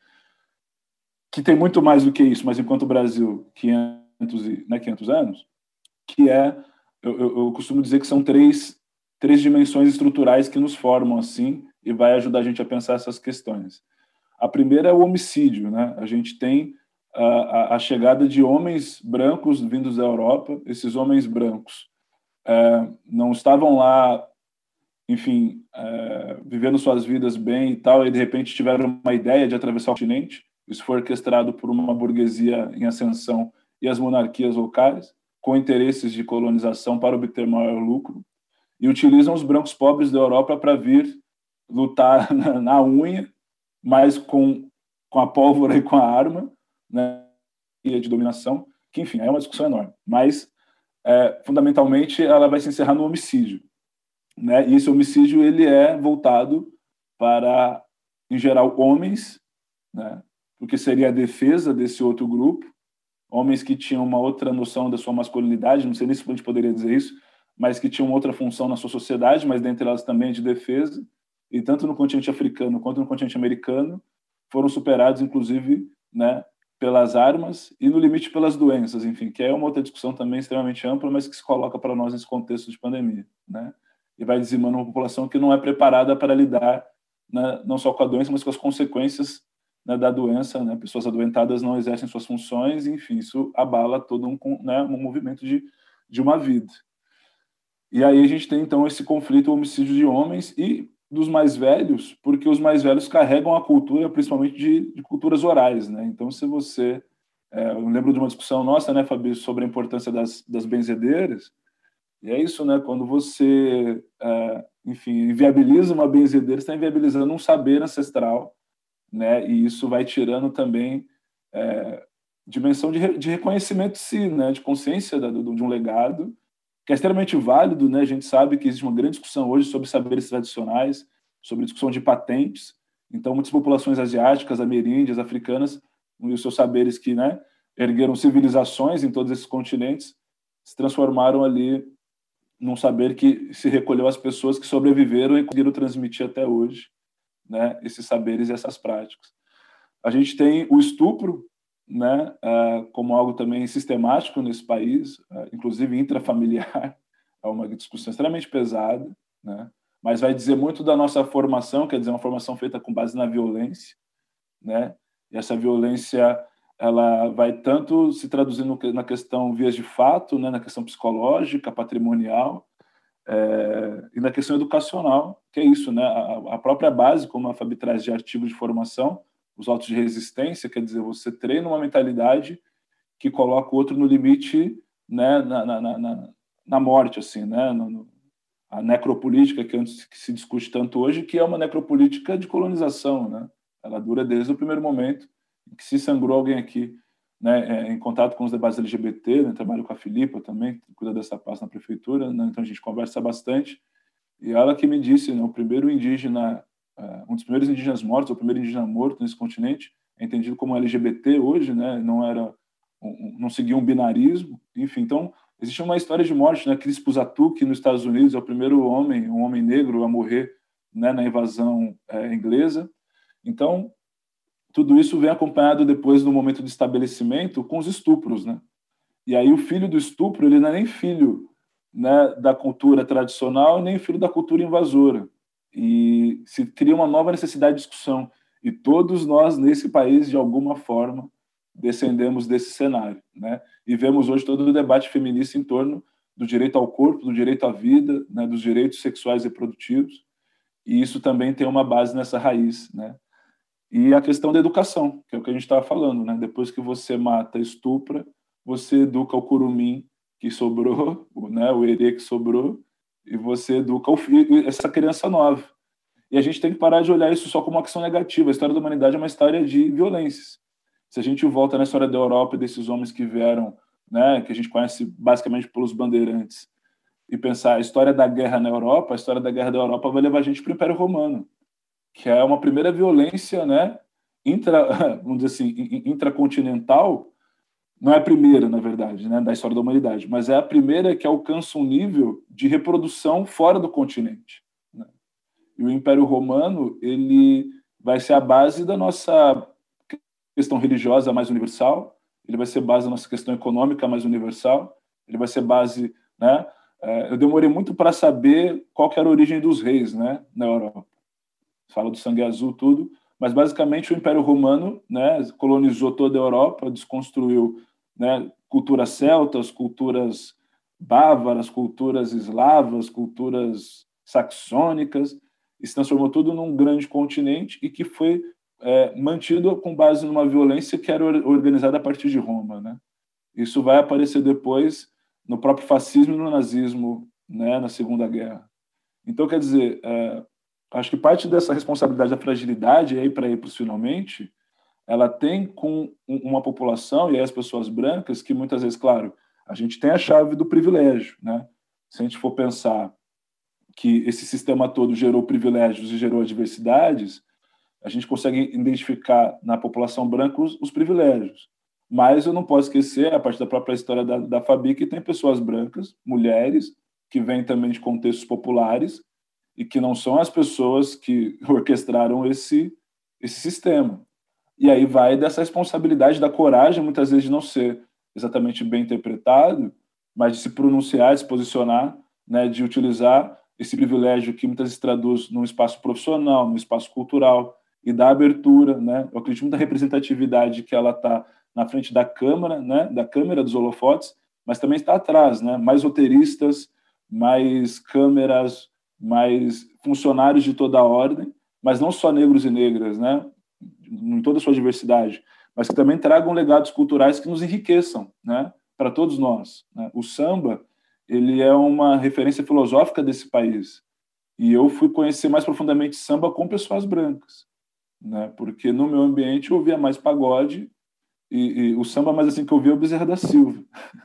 que tem muito mais do que isso, mas enquanto o Brasil, quinhentos, né, quinhentos anos, que é, eu, eu, eu costumo dizer que são três, três dimensões estruturais que nos formam assim e vai ajudar a gente a pensar essas questões. A primeira é o homicídio, né? A gente tem a, a, a chegada de homens brancos vindos da Europa. Esses homens brancos é, não estavam lá, enfim, é, vivendo suas vidas bem e tal, e de repente tiveram uma ideia de atravessar o continente. Isso foi orquestrado por uma burguesia em ascensão e as monarquias locais, com interesses de colonização para obter maior lucro, e utilizam os brancos pobres da Europa para vir lutar na, na unha, mas com, com a pólvora e com a arma, né, de dominação, que, enfim, é uma discussão enorme. Mas, é, fundamentalmente, ela vai se encerrar no homicídio, né? E esse homicídio ele é voltado para, em geral, homens, né, porque seria a defesa desse outro grupo, homens que tinham uma outra noção da sua masculinidade, não sei nem se a gente poderia dizer isso, mas que tinham outra função na sua sociedade, mas dentre elas também de defesa, e tanto no continente africano quanto no continente americano foram superados, inclusive, né, pelas armas e, no limite, pelas doenças, enfim, que é uma outra discussão também extremamente ampla, mas que se coloca para nós nesse contexto de pandemia, né? E vai dizimando uma população que não é preparada para lidar, né, não só com a doença, mas com as consequências, né, da doença, né? Pessoas adoentadas não exercem suas funções, enfim, isso abala todo um, né, um movimento de, de uma vida. E aí a gente tem, então, esse conflito, o homicídio de homens e dos mais velhos, porque os mais velhos carregam a cultura, principalmente de, de culturas orais, né? Então, se você... É, eu lembro de uma discussão nossa, né, Fabi, sobre a importância das, das benzedeiras, e é isso, né? Quando você, é, enfim, inviabiliza uma benzedeira, você está inviabilizando um saber ancestral, né? E isso vai tirando também é, dimensão de, de reconhecimento de si, né? De consciência da, do, de um legado, que é extremamente válido, né? A gente sabe que existe uma grande discussão hoje sobre saberes tradicionais, sobre discussão de patentes. Então, muitas populações asiáticas, ameríndias, africanas, e os seus saberes que, né, ergueram civilizações em todos esses continentes, se transformaram ali num saber que se recolheu às pessoas que sobreviveram e conseguiram transmitir até hoje, né, esses saberes e essas práticas. A gente tem o estupro, né, uh, como algo também sistemático nesse país, uh, inclusive intrafamiliar, é uma discussão extremamente pesada, né, mas vai dizer muito da nossa formação, quer dizer, uma formação feita com base na violência, né, e essa violência ela vai tanto se traduzindo na questão vias de fato, né, na questão psicológica, patrimonial, é, e na questão educacional, que é isso, né, a, a própria base, como a Fabi traz de artigos de formação, os autos de resistência, quer dizer, você treina uma mentalidade que coloca o outro no limite, né, na, na, na, na morte, assim, né, no, no, a necropolítica que, antes, que se discute tanto hoje, que é uma necropolítica de colonização, né? Ela dura desde o primeiro momento em que se sangrou alguém aqui, né, é, em contato com os debates L G B T, né, trabalho com a Filipa também, que cuida dessa pasta na prefeitura, né, então a gente conversa bastante, e ela que me disse, né, o primeiro indígena, uh, um dos primeiros indígenas mortos, o primeiro indígena morto nesse continente, é entendido como L G B T hoje, né, não era, um, não seguia um binarismo, enfim, então existe uma história de morte, né, Chris Pusatu, que nos Estados Unidos é o primeiro homem, um homem negro a morrer, né, na invasão é, inglesa. Então, tudo isso vem acompanhado depois do momento de estabelecimento com os estupros, né? E aí o filho do estupro, ele não é nem filho, né, da cultura tradicional, nem filho da cultura invasora. E se cria uma nova necessidade de discussão. E todos nós, nesse país, de alguma forma, descendemos desse cenário, né? E vemos hoje todo o debate feminista em torno do direito ao corpo, do direito à vida, né, dos direitos sexuais e reprodutivos. E isso também tem uma base nessa raiz, né? E a questão da educação, que é o que a gente estava falando, né? Depois que você mata, estupra, você educa o curumim que sobrou, né? O erê que sobrou, e você educa o filho, essa criança nova. E a gente tem que parar de olhar isso só como uma ação negativa. A história da humanidade é uma história de violências. Se a gente volta na história da Europa e desses homens que vieram, né? Que a gente conhece basicamente pelos bandeirantes, e pensar a história da guerra na Europa, a história da guerra da Europa vai levar a gente para o Império Romano, que é uma primeira violência, né, intra, vamos dizer assim, intracontinental, não é a primeira, na verdade, né, da história da humanidade, mas é a primeira que alcança um nível de reprodução fora do continente, né? E o Império Romano, ele vai ser a base da nossa questão religiosa mais universal, ele vai ser base da nossa questão econômica mais universal, ele vai ser base, né, eu demorei muito para saber qual que era a origem dos reis, né, na Europa. Fala do sangue azul, tudo, mas basicamente o Império Romano, né, colonizou toda a Europa, desconstruiu, né, culturas celtas, culturas bávaras, culturas eslavas, culturas saxônicas, e se transformou tudo num grande continente e que foi é, mantido com base numa violência que era organizada a partir de Roma, né? Isso vai aparecer depois no próprio fascismo e no nazismo, né, na Segunda Guerra. Então, quer dizer, é, acho que parte dessa responsabilidade da fragilidade, aí para ir para os finalmente, ela tem com uma população, e aí as pessoas brancas, que muitas vezes, claro, a gente tem a chave do privilégio, né? Se a gente for pensar que esse sistema todo gerou privilégios e gerou adversidades, a gente consegue identificar na população branca os, os privilégios. Mas eu não posso esquecer, a partir da própria história da, da Fabi, que tem pessoas brancas, mulheres, que vêm também de contextos populares e que não são as pessoas que orquestraram esse, esse sistema. E aí vai dessa responsabilidade da coragem, muitas vezes, de não ser exatamente bem interpretado, mas de se pronunciar, de se posicionar, né, de utilizar esse privilégio que muitas vezes traduz num espaço profissional, num espaço cultural, e da abertura, né? Eu acredito muito na representatividade que ela está na frente da câmera, né, da câmera dos holofotes, mas também está atrás, né, mais roteiristas, mais câmeras, mais funcionários de toda a ordem, mas não só negros e negras, né, em toda a sua diversidade, mas que também tragam legados culturais que nos enriqueçam, né, para todos nós, né? O samba, ele é uma referência filosófica desse país, e eu fui conhecer mais profundamente samba com pessoas brancas, né, porque no meu ambiente eu ouvia mais pagode, E, e o samba mais assim que eu vi é o Bezerra da Silva.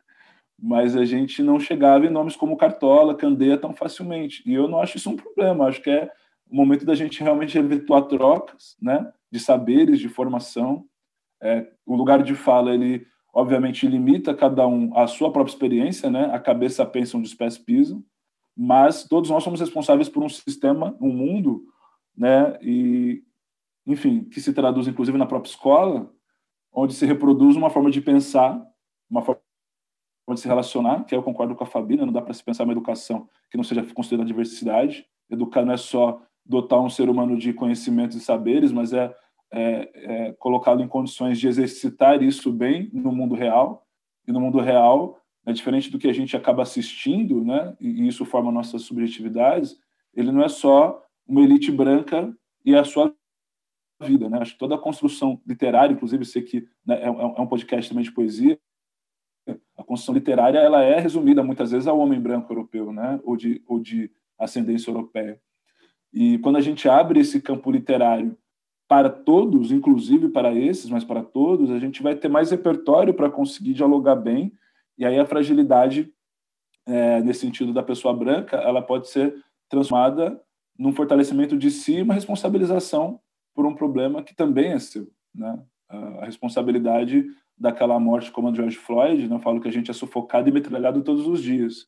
Mas a gente não chegava em nomes como Cartola, Candeia tão facilmente. E eu não acho isso um problema. Acho que é o momento da gente realmente efetuar trocas, né, de saberes, de formação. É, o lugar de fala, ele obviamente limita cada um a sua própria experiência, né? A cabeça pensa onde os pés pisam. Mas todos nós somos responsáveis por um sistema, um mundo, né? E, enfim, que se traduz inclusive na própria escola, onde se reproduz uma forma de pensar, uma forma de se relacionar, que eu concordo com a Fabi, né? Não dá para se pensar uma educação que não seja considerada diversidade. Educar não é só dotar um ser humano de conhecimentos e saberes, mas é, é, é colocá-lo em condições de exercitar isso bem no mundo real. E no mundo real, é diferente do que a gente acaba assistindo, né? E isso forma nossas subjetividades, ele não é só uma elite branca e a sua vida, né? Acho que toda a construção literária, inclusive, sei que, né, é, é um podcast também de poesia, a construção literária ela é resumida muitas vezes ao homem branco europeu, né? Ou de, ou de ascendência europeia. E quando a gente abre esse campo literário para todos, inclusive para esses, mas para todos, a gente vai ter mais repertório para conseguir dialogar bem, e aí a fragilidade, é, nesse sentido da pessoa branca, ela pode ser transformada num fortalecimento de si, uma responsabilização por um problema que também é seu, né? A responsabilidade daquela morte como a de George Floyd, né? Eu falo que a gente é sufocado e metralhado todos os dias.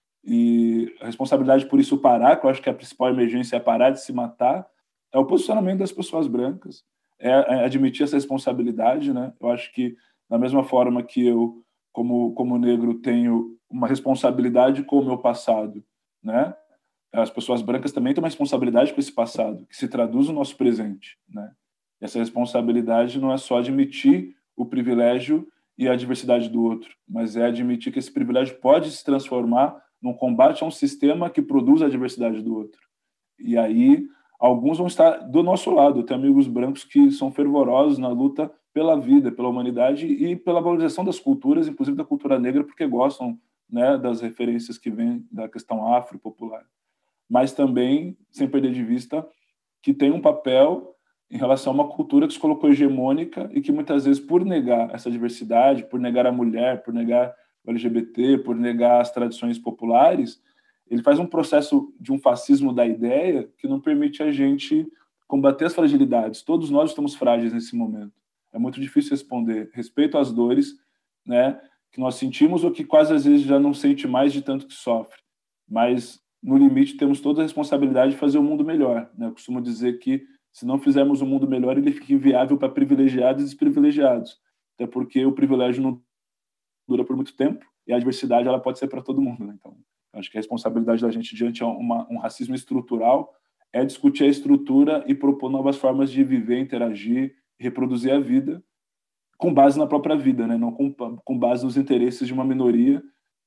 E a responsabilidade por isso parar, que eu acho que a principal emergência é parar de se matar, é o posicionamento das pessoas brancas, é, é admitir essa responsabilidade, né? Eu acho que, da mesma forma que eu, como, como negro, tenho uma responsabilidade com o meu passado, né? As pessoas brancas também têm uma responsabilidade com esse passado, que se traduz no nosso presente, né? Essa responsabilidade não é só admitir o privilégio e a diversidade do outro, mas é admitir que esse privilégio pode se transformar num combate a um sistema que produz a diversidade do outro. E aí, alguns vão estar do nosso lado. Tem amigos brancos que são fervorosos na luta pela vida, pela humanidade e pela valorização das culturas, inclusive da cultura negra, porque gostam, né, das referências que vêm da questão afro-popular. Mas também, sem perder de vista, que tem um papel em relação a uma cultura que se colocou hegemônica e que muitas vezes, por negar essa diversidade, por negar a mulher, por negar o L G B T, por negar as tradições populares, ele faz um processo de um fascismo da ideia que não permite a gente combater as fragilidades. Todos nós estamos frágeis nesse momento. É muito difícil responder. Respeito às dores, né, que nós sentimos ou que quase às vezes já não sente mais de tanto que sofre. Mas, no limite, temos toda a responsabilidade de fazer o mundo melhor, né? Eu costumo dizer que se não fizermos um mundo melhor, ele fica inviável para privilegiados e desprivilegiados. Até porque o privilégio não dura por muito tempo e a diversidade ela pode ser para todo mundo, né? Então, acho que a responsabilidade da gente diante de uma, um racismo estrutural é discutir a estrutura e propor novas formas de viver, interagir, reproduzir a vida com base na própria vida, né? Não com, com base nos interesses de uma minoria.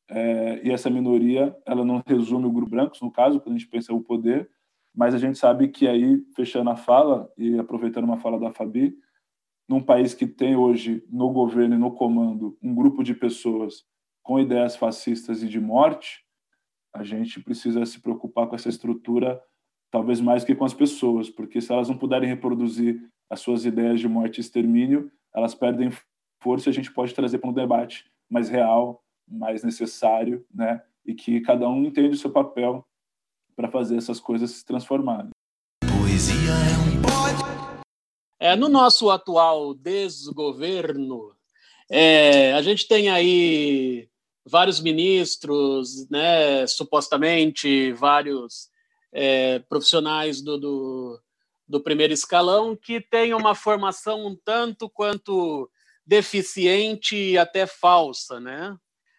É, e essa minoria ela não resume o grupo branco, no caso, quando a gente pensa o poder, mas a gente sabe que aí, fechando a fala e aproveitando uma fala da Fabi, num país que tem hoje no governo e no comando um grupo de pessoas com ideias fascistas e de morte, a gente precisa se preocupar com essa estrutura talvez mais que com as pessoas, porque se elas não puderem reproduzir as suas ideias de morte e extermínio, elas perdem força e a gente pode trazer para um debate mais real, mais necessário, né? E que cada um entende o seu papel para fazer essas coisas se transformarem. Poesia é um pode. É, no nosso atual desgoverno, é, a gente tem aí vários ministros, né, supostamente vários é, profissionais do, do, do primeiro escalão que têm uma formação um tanto quanto deficiente e até falsa, né?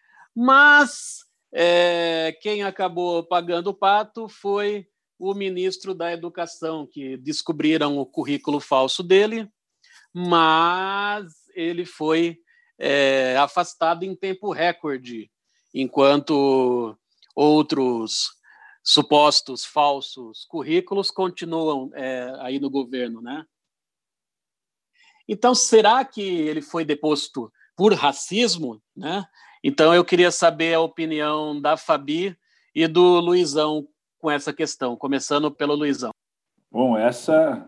Mas é, quem acabou pagando o pato foi o ministro da Educação, que descobriram o currículo falso dele, mas ele foi é, afastado em tempo recorde, enquanto outros supostos falsos currículos continuam é, aí no governo, né? Então, será que ele foi deposto por racismo, né? Então, eu queria saber a opinião da Fabi e do Luizão com essa questão, começando pelo Luizão. Bom, essa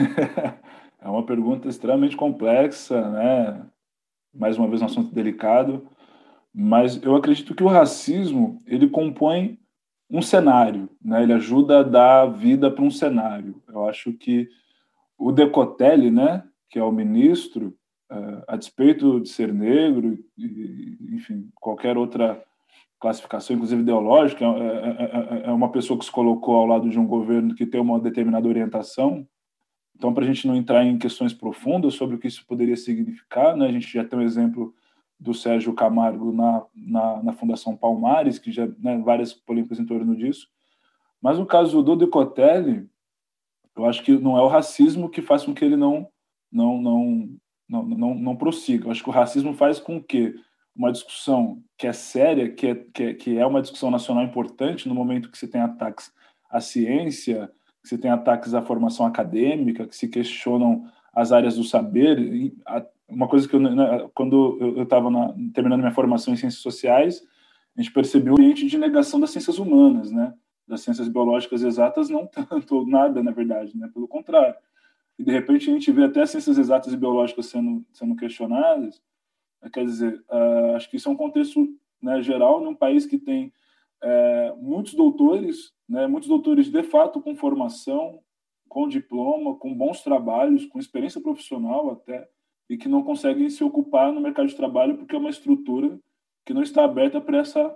é uma pergunta extremamente complexa, né? Mais uma vez um assunto delicado, mas eu acredito que o racismo ele compõe um cenário, né? Ele ajuda a dar vida para um cenário. Eu acho que o Decotelli, né, que é o ministro, a despeito de ser negro, e, enfim, qualquer outra classificação, inclusive ideológica, é, é, é uma pessoa que se colocou ao lado de um governo que tem uma determinada orientação. Então, para a gente não entrar em questões profundas sobre o que isso poderia significar, né, a gente já tem um exemplo do Sérgio Camargo na, na, na Fundação Palmares, que já, né, várias polêmicas em torno disso. Mas no caso do Decotelli, eu acho que não é o racismo que faz com que ele não não não não não, não prossiga. Eu acho que o racismo faz com que uma discussão que é séria, que é, que é, que é uma discussão nacional importante, no momento que você tem ataques à ciência, que se tem ataques à formação acadêmica, que se questionam as áreas do saber. E uma coisa que eu, né, quando eu estava terminando minha formação em ciências sociais, a gente percebeu um ambiente de negação das ciências humanas, né? Das ciências biológicas exatas, não tanto, nada, na verdade, né? Pelo contrário. E, de repente, a gente vê até as ciências exatas e biológicas sendo, sendo questionadas. Quer dizer, uh, acho que isso é um contexto, né, geral, num país que tem é, muitos doutores, né, muitos doutores, de fato, com formação, com diploma, com bons trabalhos, com experiência profissional até, e que não conseguem se ocupar no mercado de trabalho porque é uma estrutura que não está aberta para essa,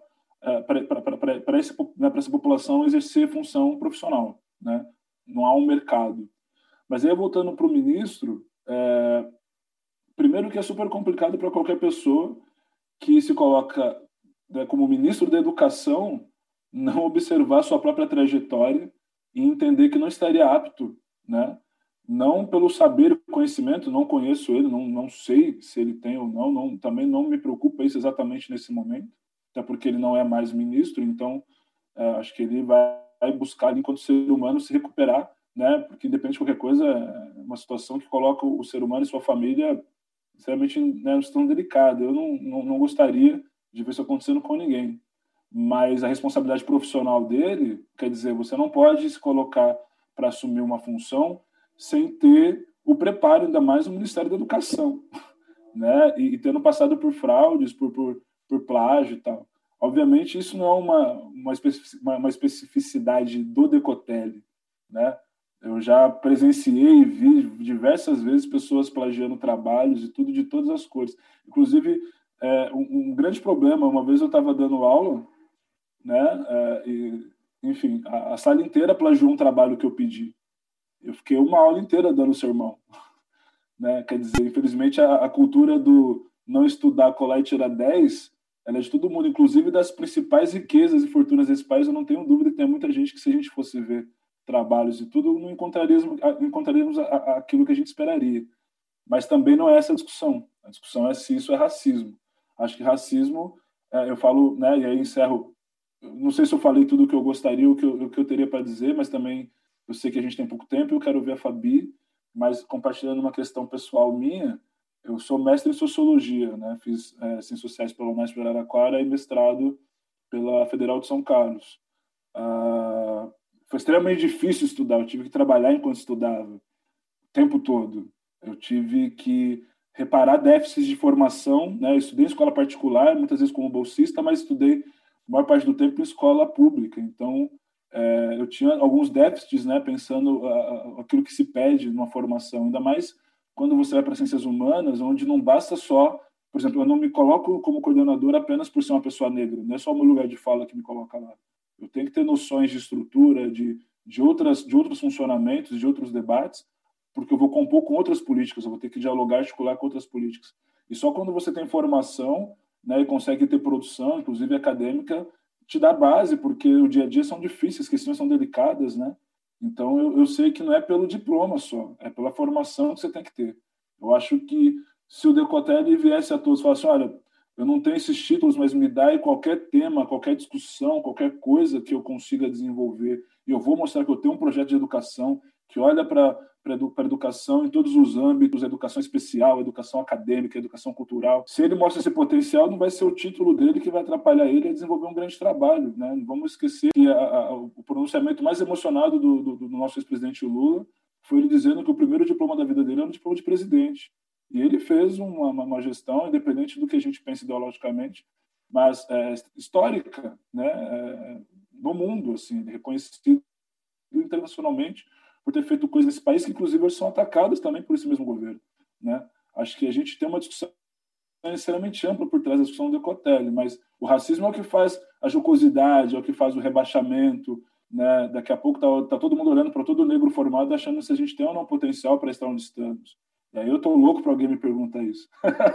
para essa, né, essa população exercer função profissional, né? Não há um mercado. Mas aí, voltando para o ministro, é, primeiro que é super complicado para qualquer pessoa que se coloca, né, como ministro da Educação, não observar sua própria trajetória e entender que não estaria apto, né? Não pelo saber e conhecimento, não conheço ele, não, não sei se ele tem ou não, não, também não me preocupa isso exatamente nesse momento, até porque ele não é mais ministro, então é, acho que ele vai buscar, enquanto ser humano, se recuperar, né? Porque, independente de qualquer coisa, é uma situação que coloca o ser humano e sua família extremamente, né, numa situação delicada. Eu não, não, não gostaria de ver isso acontecendo com ninguém. Mas a responsabilidade profissional dele, quer dizer, você não pode se colocar para assumir uma função sem ter o preparo, ainda mais no Ministério da Educação, né? E, e tendo passado por fraudes, por, por, por plágio e tal. Obviamente, isso não é uma, uma, especific, uma, uma especificidade do Decotelli, né? Eu já presenciei e vi diversas vezes pessoas plagiando trabalhos e tudo de todas as cores. Inclusive, é, um, um grande problema, uma vez eu estava dando aula, né? É, e, enfim, a, a sala inteira plagiou um trabalho que eu pedi. Eu fiquei uma aula inteira dando sermão, né? Quer dizer, infelizmente, a, a cultura do não estudar, colar e tirar dez, ela é de todo mundo, inclusive das principais riquezas e fortunas desse país. Eu não tenho dúvida que tem muita gente que, se a gente fosse ver trabalhos e tudo, não encontraríamos, não encontraríamos a, a, aquilo que a gente esperaria. Mas também não é essa a discussão. A discussão é se isso é racismo. Acho que racismo, é, eu falo, né, e aí encerro, não sei se eu falei tudo o que eu gostaria, o que eu, o que eu teria para dizer, mas também eu sei que a gente tem pouco tempo e eu quero ver a Fabi, mas compartilhando uma questão pessoal minha, eu sou mestre em Sociologia, né? Fiz é, Ciências Sociais pela Unesp de Araraquara e mestrado pela Federal de São Carlos. Ah, foi extremamente difícil estudar, eu tive que trabalhar enquanto estudava, o tempo todo. Eu tive que reparar déficits de formação, né? Eu estudei em escola particular, muitas vezes como bolsista, mas estudei a maior parte do tempo em escola pública, então é, eu tinha alguns déficits, né, pensando uh, aquilo que se pede numa formação, ainda mais quando você vai para ciências humanas, onde não basta só, por exemplo, eu não me coloco como coordenador apenas por ser uma pessoa negra, não é só o meu lugar de fala que me coloca lá. Eu tenho que ter noções de estrutura, de, de, outras, de outros funcionamentos, de outros debates, porque eu vou compor com outras políticas, eu vou ter que dialogar, articular com outras políticas. E só quando você tem formação, né, e consegue ter produção, inclusive acadêmica, te dá base, porque o dia a dia são difíceis, as questões são delicadas, né? Então, eu, eu sei que não é pelo diploma só, é pela formação que você tem que ter. Eu acho que se o Decotelli viesse a todos e falasse, olha, eu não tenho esses títulos, mas me dá aí qualquer tema, qualquer discussão, qualquer coisa que eu consiga desenvolver, e eu vou mostrar que eu tenho um projeto de educação que olha para a educação em todos os âmbitos, educação especial, educação acadêmica, educação cultural. Se ele mostra esse potencial, não vai ser o título dele que vai atrapalhar ele a desenvolver um grande trabalho, né? Não vamos esquecer que a, a, o pronunciamento mais emocionado do, do, do nosso ex-presidente Lula foi ele dizendo que o primeiro diploma da vida dele era um diploma de presidente. E ele fez uma, uma, uma gestão, independente do que a gente pense ideologicamente, mas é, histórica, né? É, no mundo, assim, reconhecido internacionalmente, por ter feito coisas nesse país que, inclusive, hoje são atacadas também por esse mesmo governo, né? Acho que a gente tem uma discussão extremamente ampla por trás da discussão do Decotelli, mas o racismo é o que faz a jocosidade, é o que faz o rebaixamento, né? Daqui a pouco tá, tá todo mundo olhando para todo negro formado, achando se a gente tem ou não potencial para estar onde estamos. E aí eu tô louco para alguém me perguntar isso.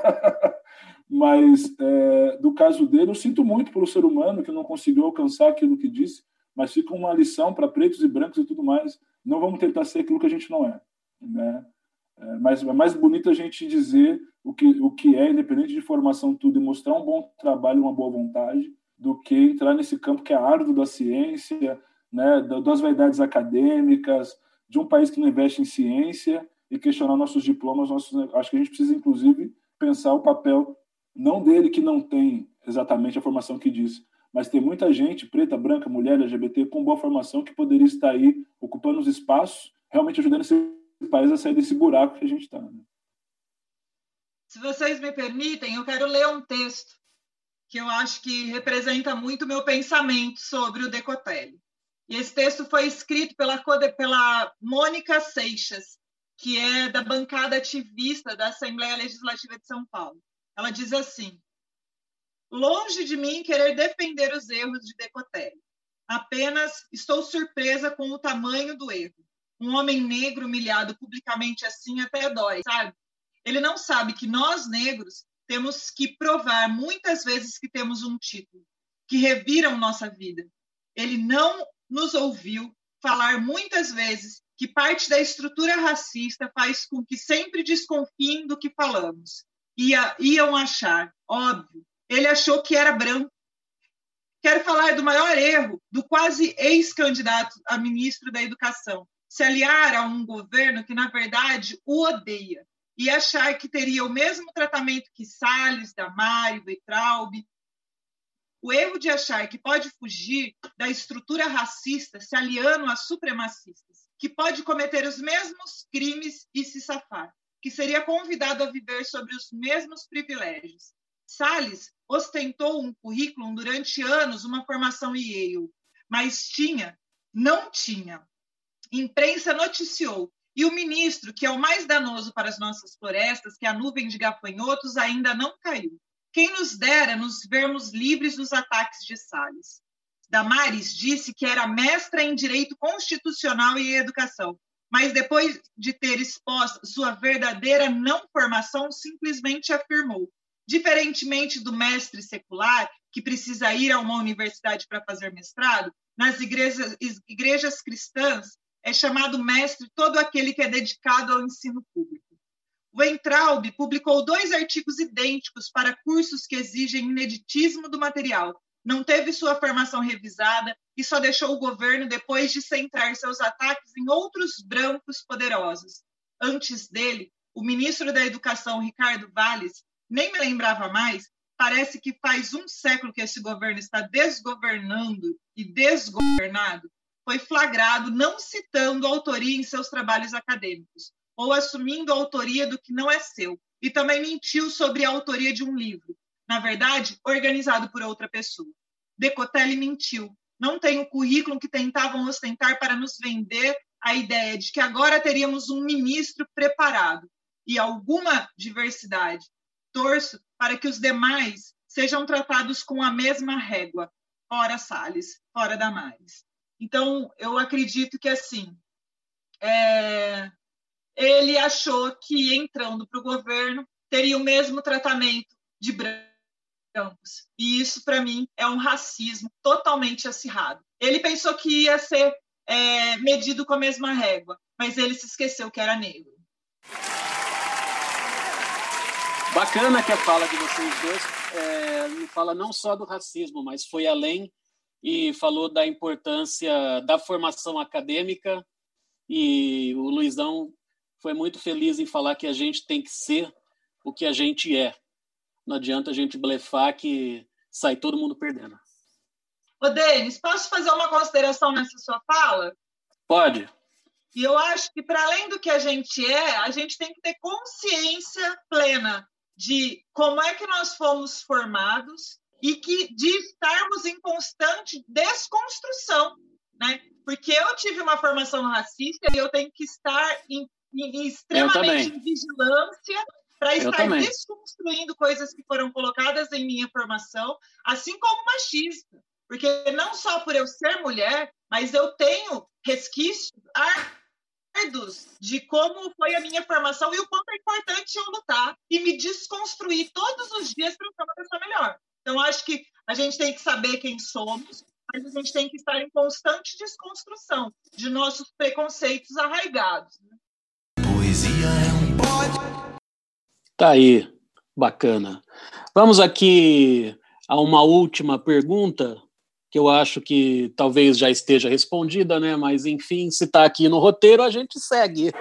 Mas, é, do caso dele, eu sinto muito pelo ser humano que não conseguiu alcançar aquilo que disse, mas fica uma lição para pretos e brancos e tudo mais. Não vamos tentar ser aquilo que a gente não é, né? É, mas é mais bonito a gente dizer o que, o que é, independente de formação, tudo, e mostrar um bom trabalho, uma boa vontade, do que entrar nesse campo que é árduo da ciência, né, das vaidades acadêmicas, de um país que não investe em ciência e questionar nossos diplomas. Nossos, acho que a gente precisa, inclusive, pensar o papel, não dele que não tem exatamente a formação que diz, mas tem muita gente, preta, branca, mulher, L G B T, com boa formação, que poderia estar aí ocupando os espaços, realmente ajudando esse país a sair desse buraco que a gente está. Né? Se vocês me permitem, eu quero ler um texto que eu acho que representa muito o meu pensamento sobre o Decotelli. E esse texto foi escrito pela, pela Mônica Seixas, que é da bancada ativista da Assembleia Legislativa de São Paulo. Ela diz assim: longe de mim querer defender os erros de Decotelli. Apenas estou surpresa com o tamanho do erro. Um homem negro humilhado publicamente assim até dói, sabe? Ele não sabe que nós, negros, temos que provar muitas vezes que temos um título, que reviram nossa vida. Ele não nos ouviu falar muitas vezes que parte da estrutura racista faz com que sempre desconfiem do que falamos. Ia, iam achar, óbvio, ele achou que era branco. Quero falar do maior erro do quase ex-candidato a ministro da Educação, se aliar a um governo que, na verdade, o odeia e achar que teria o mesmo tratamento que Salles, Damari, Weintraub. O erro de achar que pode fugir da estrutura racista se aliando a supremacistas, que pode cometer os mesmos crimes e se safar, que seria convidado a viver sobre os mesmos privilégios. Salles ostentou um currículo durante anos, uma formação em Yale, mas tinha, não tinha. Imprensa noticiou, e o ministro, que é o mais danoso para as nossas florestas, que a nuvem de gafanhotos ainda não caiu. Quem nos dera nos vermos livres dos ataques de Salles. Damares disse que era mestra em Direito Constitucional e Educação, mas depois de ter exposto sua verdadeira não formação, simplesmente afirmou: diferentemente do mestre secular, que precisa ir a uma universidade para fazer mestrado, nas igrejas, igrejas cristãs é chamado mestre todo aquele que é dedicado ao ensino público. Weintraub publicou dois artigos idênticos para cursos que exigem ineditismo do material. Não teve sua formação revisada e só deixou o governo depois de centrar seus ataques em outros brancos poderosos. Antes dele, o ministro da Educação, Ricardo Valles, nem me lembrava mais, parece que faz um século que esse governo está desgovernando e desgovernado, foi flagrado não citando autoria em seus trabalhos acadêmicos, ou assumindo a autoria do que não é seu, e também mentiu sobre a autoria de um livro, na verdade, organizado por outra pessoa. Decotelli mentiu, não tem o currículo que tentavam ostentar para nos vender a ideia de que agora teríamos um ministro preparado e alguma diversidade. Torço para que os demais sejam tratados com a mesma régua, fora Salles, fora Damares. Então, eu acredito que, assim, é... ele achou que, entrando para o governo, teria o mesmo tratamento de brancos. E isso, para mim, é um racismo totalmente acirrado. Ele pensou que ia ser é, medido com a mesma régua, mas ele se esqueceu que era negro. Bacana que a fala de vocês dois é, me fala não só do racismo, mas foi além e falou da importância da formação acadêmica, e o Luizão foi muito feliz em falar que a gente tem que ser o que a gente é. Não adianta a gente blefar que sai todo mundo perdendo. Ô, Denis, posso fazer uma consideração nessa sua fala? Pode. E eu acho que, para além do que a gente é, a gente tem que ter consciência plena de como é que nós fomos formados e que de estarmos em constante desconstrução, né? Porque eu tive uma formação racista e eu tenho que estar em, em, extremamente em vigilância para estar desconstruindo coisas que foram colocadas em minha formação, assim como machista. Porque não só por eu ser mulher, mas eu tenho resquícios árduos de como foi a minha formação e o quanto é importante eu lutar e me desconstruir todos os dias para ser uma pessoa melhor. Então, acho que a gente tem que saber quem somos, mas a gente tem que estar em constante desconstrução de nossos preconceitos arraigados. Né? Poesia é um pode. Tá aí, bacana. Vamos aqui a uma última pergunta que eu acho que talvez já esteja respondida, né? Mas, enfim, se está aqui no roteiro, a gente segue.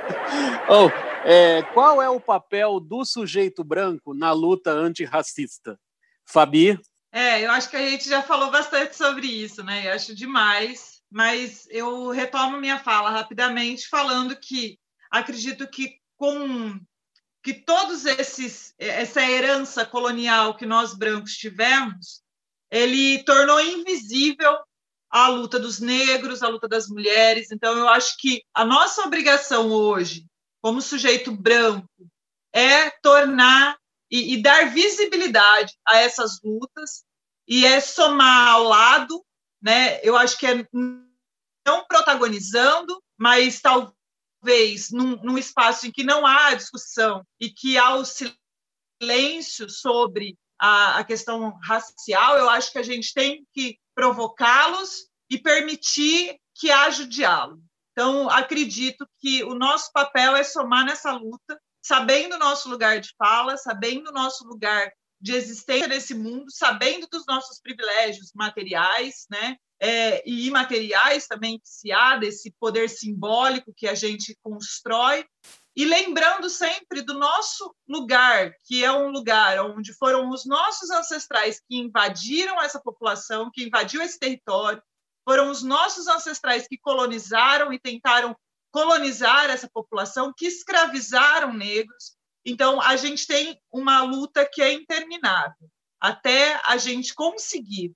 oh, é, qual é o papel do sujeito branco na luta antirracista? Fabi? É, eu acho que a gente já falou bastante sobre isso, né? Eu acho demais, mas eu retomo minha fala rapidamente, falando que acredito que com que todos esses essa herança colonial que nós brancos tivemos, ele tornou invisível a luta dos negros, a luta das mulheres. Então, eu acho que a nossa obrigação hoje, como sujeito branco, é tornar e, e dar visibilidade a essas lutas e é somar ao lado, né? Eu acho que é não protagonizando, mas talvez num, num espaço em que não há discussão e que há o silêncio sobre a, a questão racial, eu acho que a gente tem que provocá-los e permitir que haja o diálogo. Então, acredito que o nosso papel é somar nessa luta, sabendo o nosso lugar de fala, sabendo o nosso lugar de existência nesse mundo, sabendo dos nossos privilégios materiais, né, é, e imateriais também que se há, desse poder simbólico que a gente constrói, e lembrando sempre do nosso lugar, que é um lugar onde foram os nossos ancestrais que invadiram essa população, que invadiu esse território, foram os nossos ancestrais que colonizaram e tentaram colonizar essa população, que escravizaram negros. Então, a gente tem uma luta que é interminável, até a gente conseguir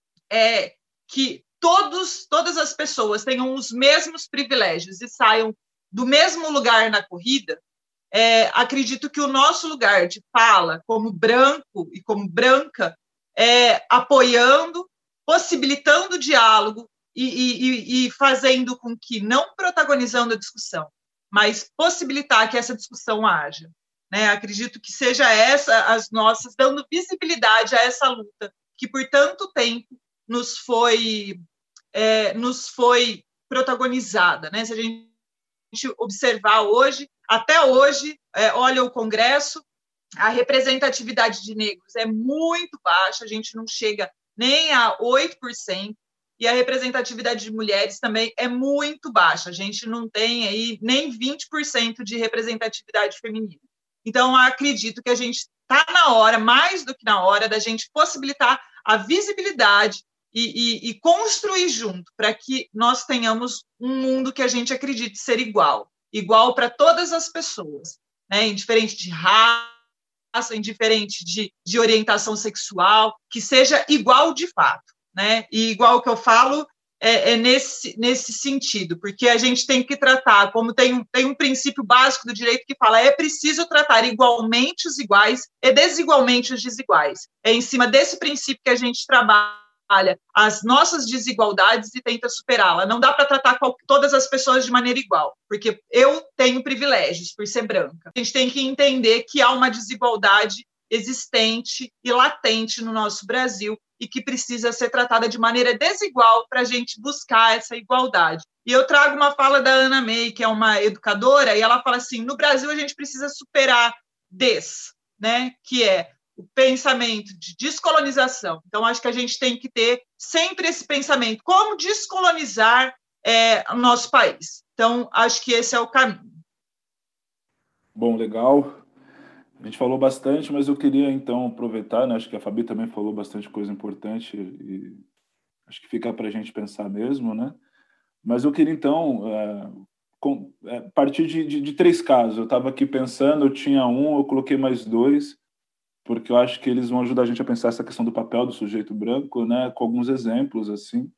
é, que todos, todas as pessoas tenham os mesmos privilégios e saiam do mesmo lugar na corrida. É, acredito que o nosso lugar de fala, como branco e como branca, é apoiando, possibilitando o diálogo e, e, e fazendo com que, não protagonizando a discussão, mas possibilitar que essa discussão haja. Né? Acredito que seja essa as nossas, dando visibilidade a essa luta que por tanto tempo nos foi, é, nos foi protagonizada. Né? Se a gente observar hoje, até hoje, é, olha o Congresso, a representatividade de negros é muito baixa, a gente não chega nem a oito por cento, e a representatividade de mulheres também é muito baixa, a gente não tem aí nem vinte por cento de representatividade feminina. Então, acredito que a gente está na hora, mais do que na hora, da gente possibilitar a visibilidade e, e, e construir junto, para que nós tenhamos um mundo que a gente acredite ser igual, igual para todas as pessoas, né? Indiferente de raça, indiferente de, de orientação sexual, que seja igual de fato, né? E igual que eu falo, é, é nesse, nesse sentido, porque a gente tem que tratar, como tem um, tem um princípio básico do direito que fala, é preciso tratar igualmente os iguais e desigualmente os desiguais. É em cima desse princípio que a gente trabalha as nossas desigualdades e tenta superá-la. Não dá para tratar todas as pessoas de maneira igual, porque eu tenho privilégios por ser branca. A gente tem que entender que há uma desigualdade existente e latente no nosso Brasil e que precisa ser tratada de maneira desigual para a gente buscar essa igualdade. E eu trago uma fala da Ana May, que é uma educadora, e ela fala assim, no Brasil a gente precisa superar des, né, que é o pensamento de descolonização. Então, acho que a gente tem que ter sempre esse pensamento, como descolonizar é, o nosso país. Então, acho que esse é o caminho. Bom, legal. A gente falou bastante, mas eu queria, então, aproveitar, né? Acho que a Fabi também falou bastante coisa importante e acho que fica para a gente pensar mesmo, né? Mas eu queria, então, é, com, é, partir de, de, de três casos. Eu estava aqui pensando, eu tinha um, eu coloquei mais dois, porque eu acho que eles vão ajudar a gente a pensar essa questão do papel do sujeito branco, né, com alguns exemplos, assim.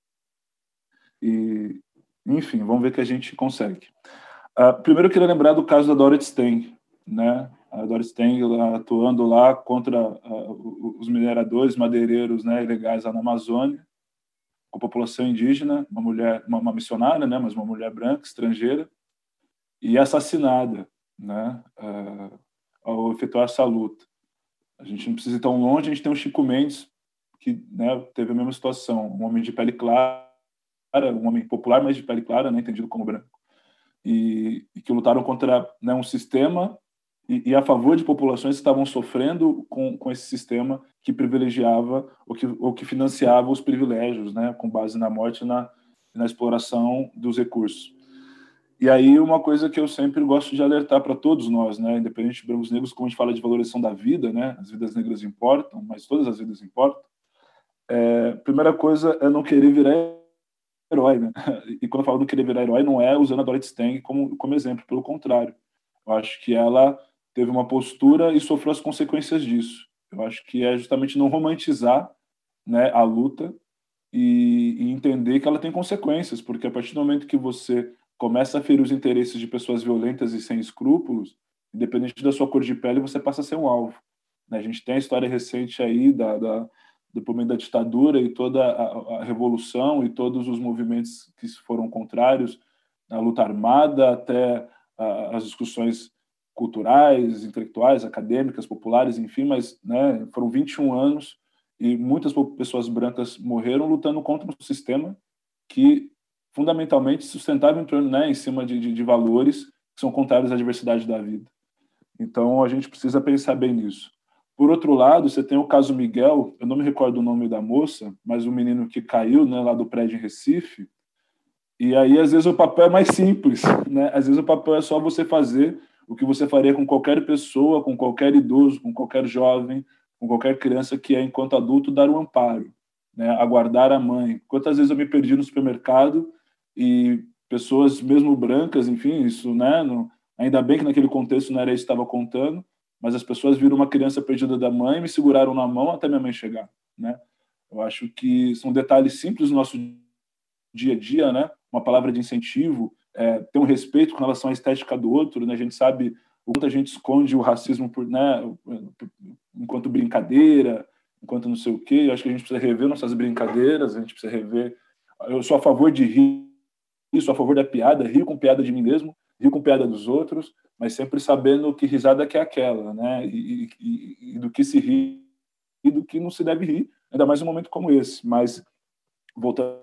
E, enfim, vamos ver o que a gente consegue. Uh, primeiro, eu queria lembrar do caso da Dorothy Stang, né? A Dorothy Stang lá, atuando lá contra uh, os mineradores, madeireiros, né, ilegais lá na Amazônia, com a população indígena, uma mulher, uma, uma missionária, né, mas uma mulher branca, estrangeira, e assassinada, né, uh, ao efetuar essa luta. A gente não precisa ir tão longe, a gente tem o Chico Mendes, que, né, teve a mesma situação, um homem de pele clara, um homem popular, mas de pele clara, né, entendido como branco, e, e que lutaram contra, né, um sistema e, e a favor de populações que estavam sofrendo com, com esse sistema que privilegiava ou que, ou que financiava os privilégios, né, com base na morte e na, na exploração dos recursos. E aí uma coisa que eu sempre gosto de alertar para todos nós, né, independente de brancos negros, como a gente fala de valorização da vida, né, as vidas negras importam, mas todas as vidas importam. É, primeira coisa é não querer virar herói, né? E quando eu falo não querer virar herói, não é usando a Dorothy Stang como, como exemplo, pelo contrário. Eu acho que ela teve uma postura e sofreu as consequências disso. Eu acho que é justamente não romantizar, né, a luta e, e entender que ela tem consequências, porque a partir do momento que você começa a ferir os interesses de pessoas violentas e sem escrúpulos, independente da sua cor de pele, você passa a ser um alvo. A gente tem a história recente aí da, da, do momento da ditadura e toda a, a revolução e todos os movimentos que foram contrários à luta armada, até a, as discussões culturais, intelectuais, acadêmicas, populares, enfim, mas, né, foram vinte e um anos e muitas pessoas brancas morreram lutando contra um sistema que fundamentalmente sustentava em torno, né, em cima de, de, de valores que são contrários à diversidade da vida. Então, a gente precisa pensar bem nisso. Por outro lado, você tem o caso Miguel, eu não me recordo o nome da moça, mas o menino que caiu, né, lá do prédio em Recife, e aí, às vezes, o papel é mais simples, né? Às vezes, o papel é só você fazer o que você faria com qualquer pessoa, com qualquer idoso, com qualquer jovem, com qualquer criança que é, enquanto adulto, dar um amparo, né? Aguardar a mãe. Quantas vezes eu me perdi no supermercado e pessoas, mesmo brancas, enfim, isso, né? Não, ainda bem que naquele contexto não era isso que estava contando, mas as pessoas viram uma criança perdida da mãe e me seguraram na mão até minha mãe chegar, né? Eu acho que são detalhes simples do nosso dia a dia, né? Uma palavra de incentivo, é, ter um respeito com relação à estética do outro, né? A gente sabe o quanto a gente esconde o racismo por, né, enquanto brincadeira, enquanto não sei o quê. Eu acho que a gente precisa rever nossas brincadeiras, a gente precisa rever. Eu sou a favor de rir, sou a favor da piada, rio com piada de mim mesmo, rio com piada dos outros, mas sempre sabendo que risada que é aquela, né? E, e, e do que se ri e do que não se deve rir, ainda mais em um momento como esse. Mas, voltando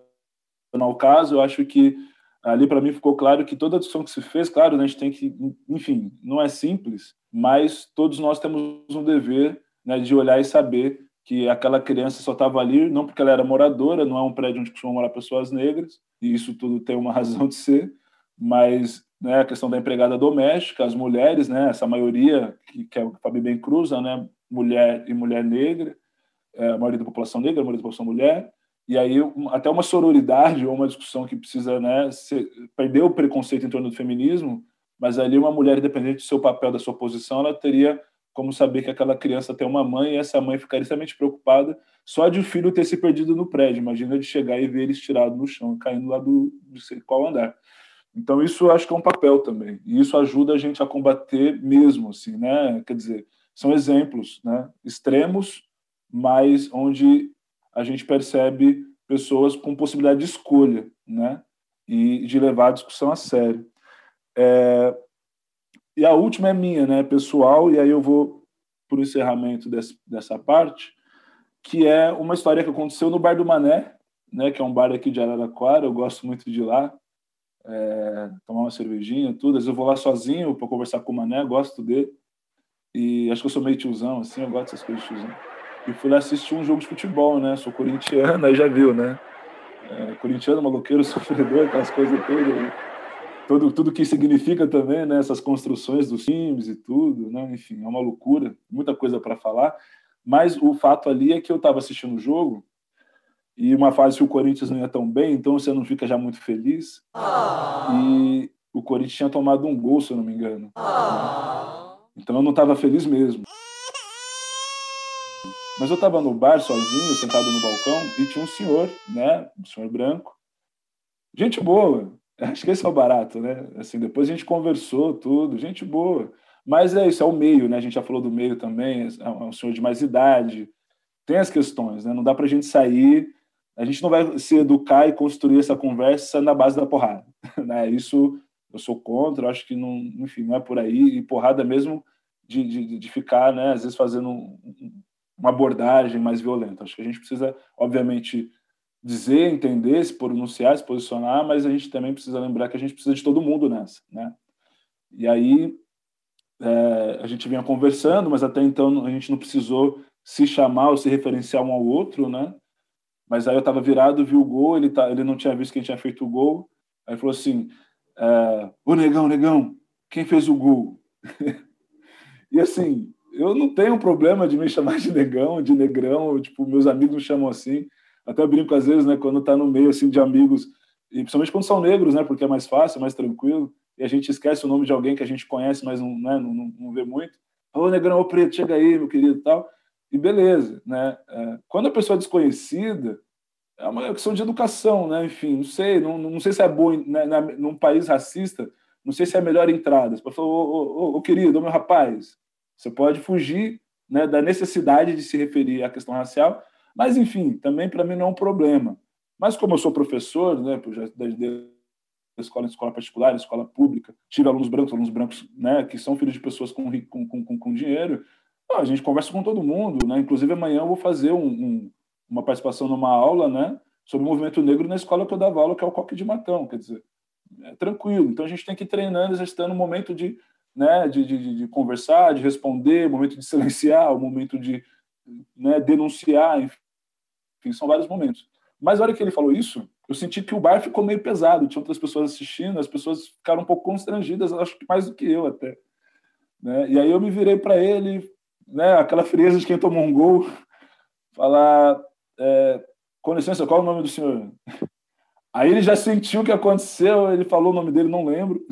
ao caso, eu acho que ali para mim ficou claro que toda a discussão que se fez, claro, né, a gente tem que, enfim, não é simples, mas todos nós temos um dever, né, de olhar e saber que aquela criança só estava ali não porque ela era moradora, não é um prédio onde costumam morar pessoas negras, e isso tudo tem uma razão de ser, mas, né, a questão da empregada doméstica, as mulheres, né, essa maioria que, que é o Fabi bem cruza, né, mulher e mulher negra, é, a maioria da população negra, a maioria da população mulher, e aí até uma sororidade ou uma discussão que precisa, né, ser, perder o preconceito em torno do feminismo, mas ali uma mulher, independente do seu papel, da sua posição, ela teria como saber que aquela criança tem uma mãe e essa mãe ficaria extremamente preocupada só de o filho ter se perdido no prédio. Imagina de chegar e ver ele estirado no chão, caindo lá do não sei qual andar. Então isso eu acho que é um papel também, e isso ajuda a gente a combater mesmo, assim, né? Quer dizer, são exemplos, né, extremos, mas onde a gente percebe pessoas com possibilidade de escolha, né, e de levar a discussão a sério. É, e a última é minha, né, pessoal, e aí eu vou para o encerramento desse, dessa parte, que é uma história que aconteceu no Bar do Mané, né, que é um bar aqui de Araraquara, eu gosto muito de ir lá, é, tomar uma cervejinha, tudo. Às vezes eu vou lá sozinho para conversar com o Mané, gosto dele, e acho que eu sou meio tiozão, assim, eu gosto dessas coisas de tiozão. E fui lá assistir um jogo de futebol, né? Sou corintiano, aí já viu, né? É, corintiano, maloqueiro, sofredor, aquelas coisas todas. Né? Tudo, tudo que significa também, né? Essas construções dos times e tudo, né? Enfim, é uma loucura, muita coisa para falar. Mas o fato ali é que eu estava assistindo o jogo e uma fase que o Corinthians não ia tão bem, então você não fica já muito feliz. E o Corinthians tinha tomado um gol, se eu não me engano. Né? Então eu não estava feliz mesmo. Mas eu estava no bar sozinho, sentado no balcão, e tinha um senhor, né, um senhor branco, gente boa, acho que esse é o barato, né, assim, depois a gente conversou tudo, gente boa, mas é isso, é o meio, né, a gente já falou do meio também, é um senhor de mais idade, tem as questões, né, não dá pra gente sair, a gente não vai se educar e construir essa conversa na base da porrada, né, isso eu sou contra, eu acho que não, enfim, não é por aí, e porrada mesmo de, de, de ficar, né, às vezes fazendo um, uma abordagem mais violenta. Acho que a gente precisa, obviamente, dizer, entender, se pronunciar, se posicionar, mas a gente também precisa lembrar que a gente precisa de todo mundo nessa, né? E aí, é, a gente vinha conversando, mas até então a gente não precisou se chamar ou se referenciar um ao outro, né? Mas aí eu estava virado, vi o gol, ele, tá, ele não tinha visto quem tinha feito o gol, aí falou assim, é, ô negão, negão, quem fez o gol? E assim, eu não tenho problema de me chamar de negão, de negrão, tipo, meus amigos me chamam assim, até brinco às vezes, né, quando tá no meio assim de amigos, e principalmente quando são negros, né, porque é mais fácil, mais tranquilo, e a gente esquece o nome de alguém que a gente conhece, mas não, né, não, não, não vê muito. Ô negrão, ô preto, chega aí, meu querido, e tal. E beleza, né? É, quando a pessoa é desconhecida, é uma questão de educação, né? Enfim, não sei, não, não sei se é bom, né, na, num país racista, não sei se é a melhor entrada. Você pode falar, ô, ô, ô, ô querido, ô meu rapaz, você pode fugir, né, da necessidade de se referir à questão racial, mas enfim, também para mim não é um problema. Mas como eu sou professor, né, já desde escola, escola particular, escola pública, tive alunos brancos, alunos brancos, né, que são filhos de pessoas com, com, com, com dinheiro, a gente conversa com todo mundo, né? Inclusive amanhã eu vou fazer um, um, uma participação numa aula, né, sobre o movimento negro na escola que eu dava aula, que é o Coque de Matão, quer dizer, é tranquilo. Então a gente tem que ir treinando, exercitando um momento de, né, de, de, de conversar, de responder, momento de silenciar, o momento de, né, denunciar, enfim, são vários momentos. Mas na hora que ele falou isso, eu senti que o bar ficou meio pesado, tinha outras pessoas assistindo, as pessoas ficaram um pouco constrangidas, acho que mais do que eu até, né? E aí eu me virei para ele, né, aquela frieza de quem tomou um gol, falar, é, com licença, qual é o nome do senhor? Aí ele já sentiu o que aconteceu, ele falou o nome dele, não lembro,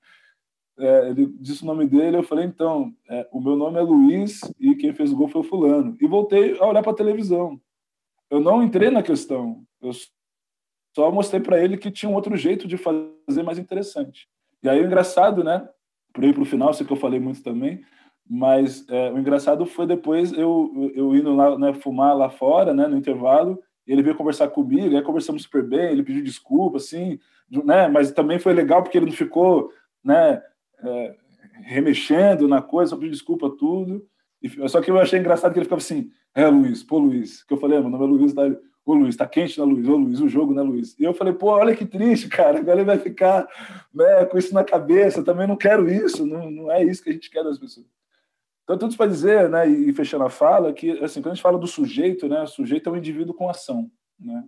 é, ele disse o nome dele, eu falei, então, é, o meu nome é Luiz e quem fez o gol foi o fulano, e voltei a olhar para a televisão. Eu não entrei na questão, eu só mostrei para ele que tinha um outro jeito de fazer mais interessante. E aí o engraçado, né, por aí para o final, sei que eu falei muito também, mas é, o engraçado foi depois eu, eu indo lá, né, fumar lá fora, né, no intervalo, ele veio conversar comigo, aí conversamos super bem, ele pediu desculpa, assim, né, mas também foi legal porque ele não ficou, né, é, remexendo na coisa, só pediu desculpa tudo. E, só que eu achei engraçado que ele ficava assim, é, Luiz, pô, Luiz, que eu falei, meu nome é Luiz, tá? Ô, Luiz, tá quente, né, Luiz? Ô, Luiz, o jogo, né, Luiz? E eu falei, pô, olha que triste, cara, agora ele vai ficar, né, com isso na cabeça, também não quero isso, não, não é isso que a gente quer das pessoas. Então, tudo isso para dizer, né, e fechando a fala, que, assim, quando a gente fala do sujeito, né, o sujeito é um indivíduo com ação, né?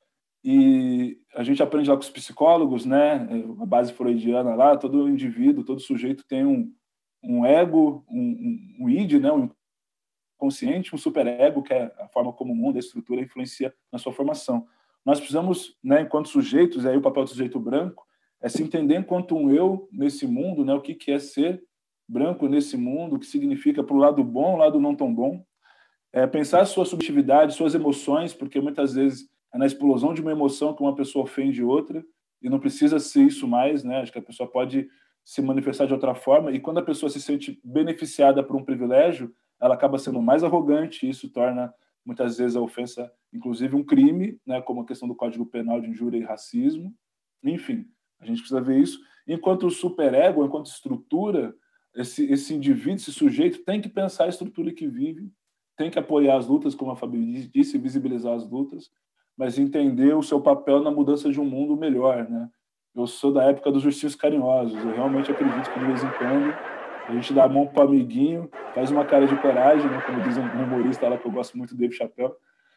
E a gente aprende lá com os psicólogos, né, a base freudiana lá, todo indivíduo, todo sujeito tem um, um ego, um, um, um id, né, um consciente, um superego, que é a forma como o mundo, a estrutura influencia na sua formação. Nós precisamos, né, enquanto sujeitos, e aí o papel do sujeito branco é se entender enquanto um eu nesse mundo, né, o que, que é ser branco nesse mundo, o que significa para o lado bom, o lado não tão bom, é pensar a sua subjetividade, suas emoções, porque muitas vezes é na explosão de uma emoção que uma pessoa ofende outra, e não precisa ser isso mais, né? Acho que a pessoa pode se manifestar de outra forma, e quando a pessoa se sente beneficiada por um privilégio, ela acaba sendo mais arrogante, e isso torna, muitas vezes, a ofensa, inclusive, um crime, né? Como a questão do Código Penal de injúria e racismo. Enfim, a gente precisa ver isso. Enquanto o superego, enquanto estrutura, esse, esse indivíduo, esse sujeito, tem que pensar a estrutura que vive, tem que apoiar as lutas, como a Fabi disse, visibilizar as lutas, mas entender o seu papel na mudança de um mundo melhor, né? Eu sou da época dos ursinhos carinhosos, eu realmente acredito que, de vez em quando, a gente dá a mão para o amiguinho, faz uma cara de coragem, né? Como diz um humorista lá que eu gosto muito, Dave Chappelle,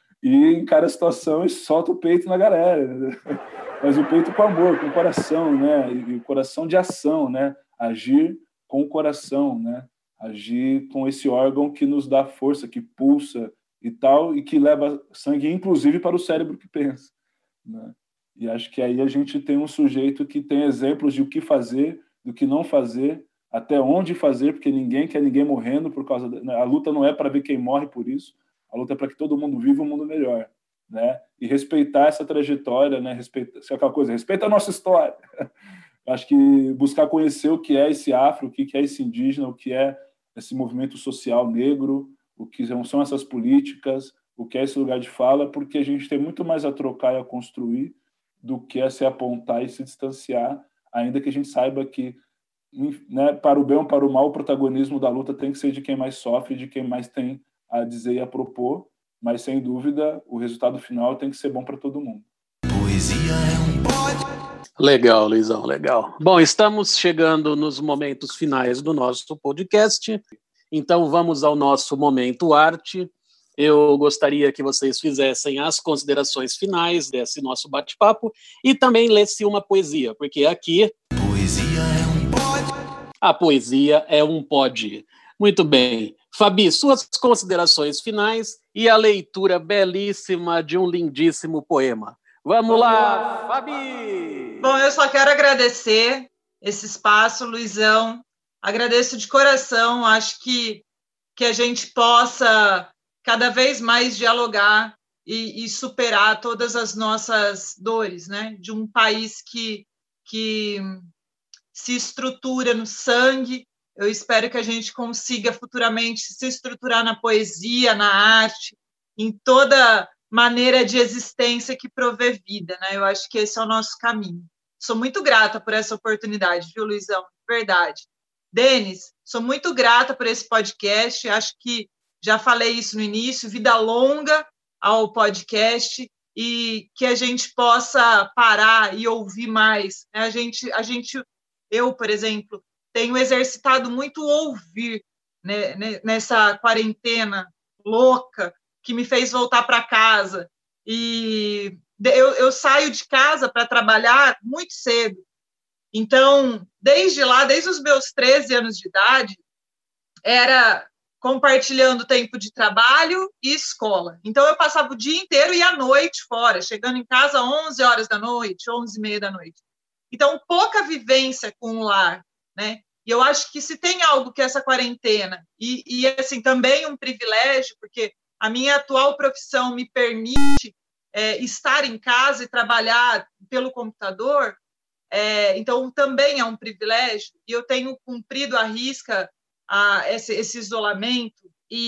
e encara a situação e solta o peito na galera, né? Mas o peito com amor, com coração, né? E o coração de ação, né? Agir com o coração, né? Agir com esse órgão que nos dá força, que pulsa e tal, e que leva sangue, inclusive, para o cérebro que pensa, né? E acho que aí a gente tem um sujeito que tem exemplos de o que fazer, do que não fazer, até onde fazer, porque ninguém quer ninguém morrendo por causa da, né? A luta não é para ver quem morre por isso, a luta é para que todo mundo viva um mundo melhor, né? E respeitar essa trajetória, né? Respeitar, se é aquela coisa, respeita a nossa história. Acho que buscar conhecer o que é esse afro, o que é esse indígena, o que é esse movimento social negro, o que são essas políticas, o que é esse lugar de fala, porque a gente tem muito mais a trocar e a construir do que a se apontar e se distanciar, ainda que a gente saiba que, né, para o bem ou para o mal, o protagonismo da luta tem que ser de quem mais sofre, de quem mais tem a dizer e a propor, mas, sem dúvida, o resultado final tem que ser bom para todo mundo. Poesia é um pode. Legal, Luizão, legal. Bom, estamos chegando nos momentos finais do nosso podcast, então vamos ao nosso momento arte. Eu gostaria que vocês fizessem as considerações finais desse nosso bate-papo e também lessem uma poesia, porque aqui... Poesia é um pod. A poesia é um pod. Muito bem. Fabi, suas considerações finais e a leitura belíssima de um lindíssimo poema. Vamos lá, Fabi! Bom, eu só quero agradecer esse espaço, Luizão. Agradeço de coração. Acho que, que a gente possa cada vez mais dialogar e, e superar todas as nossas dores, né? De um país que, que se estrutura no sangue. Eu espero que a gente consiga futuramente se estruturar na poesia, na arte, em toda maneira de existência que provê vida, né? Eu acho que esse é o nosso caminho. Sou muito grata por essa oportunidade, viu, Luizão? Verdade. Denis, sou muito grata por esse podcast. Acho que já falei isso no início, vida longa ao podcast e que a gente possa parar e ouvir mais. A gente, a gente, eu, por exemplo, tenho exercitado muito ouvir, né, nessa quarentena louca que me fez voltar para casa. E eu, eu saio de casa para trabalhar muito cedo. Então, desde lá, desde os meus treze anos de idade, era compartilhando tempo de trabalho e escola. Então, eu passava o dia inteiro e à noite fora, chegando em casa às onze horas da noite, onze e meia da noite. Então, pouca vivência com o lar, né? E eu acho que se tem algo que essa quarentena, e, e assim, também um privilégio, porque a minha atual profissão me permite é, estar em casa e trabalhar pelo computador, é, então também é um privilégio, e eu tenho cumprido à risca a, esse, esse isolamento,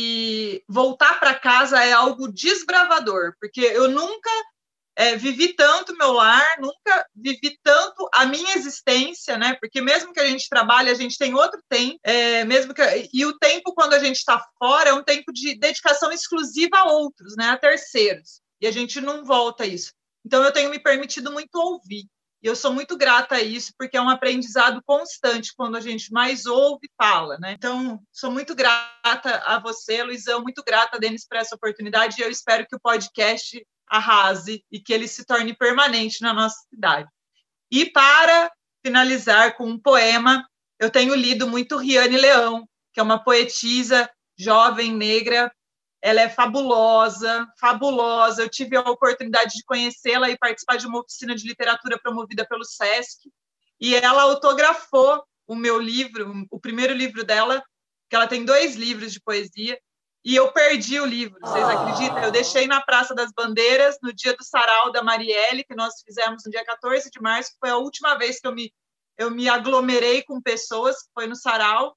e voltar para casa é algo desbravador, porque eu nunca é, vivi tanto meu lar, nunca vivi tanto a minha existência, né? Porque mesmo que a gente trabalhe, a gente tem outro tempo, é, mesmo que, e o tempo quando a gente está fora é um tempo de dedicação exclusiva a outros, né? A terceiros, e a gente não volta a isso. Então eu tenho me permitido muito ouvir, e eu sou muito grata a isso, porque é um aprendizado constante quando a gente mais ouve e fala, né? Então, sou muito grata a você, Luizão, muito grata, Denis, por essa oportunidade, e eu espero que o podcast arrase e que ele se torne permanente na nossa cidade. E para finalizar com um poema, eu tenho lido muito Riane Leão, que é uma poetisa jovem, negra. Ela é fabulosa, fabulosa. Eu tive a oportunidade de conhecê-la e participar de uma oficina de literatura promovida pelo SESC, e ela autografou o meu livro, o primeiro livro dela, que ela tem dois livros de poesia, e eu perdi o livro, vocês acreditam? Eu deixei na Praça das Bandeiras, no dia do sarau da Marielle, que nós fizemos no dia quatorze de março, que foi a última vez que eu me, eu me aglomerei com pessoas, que foi no sarau,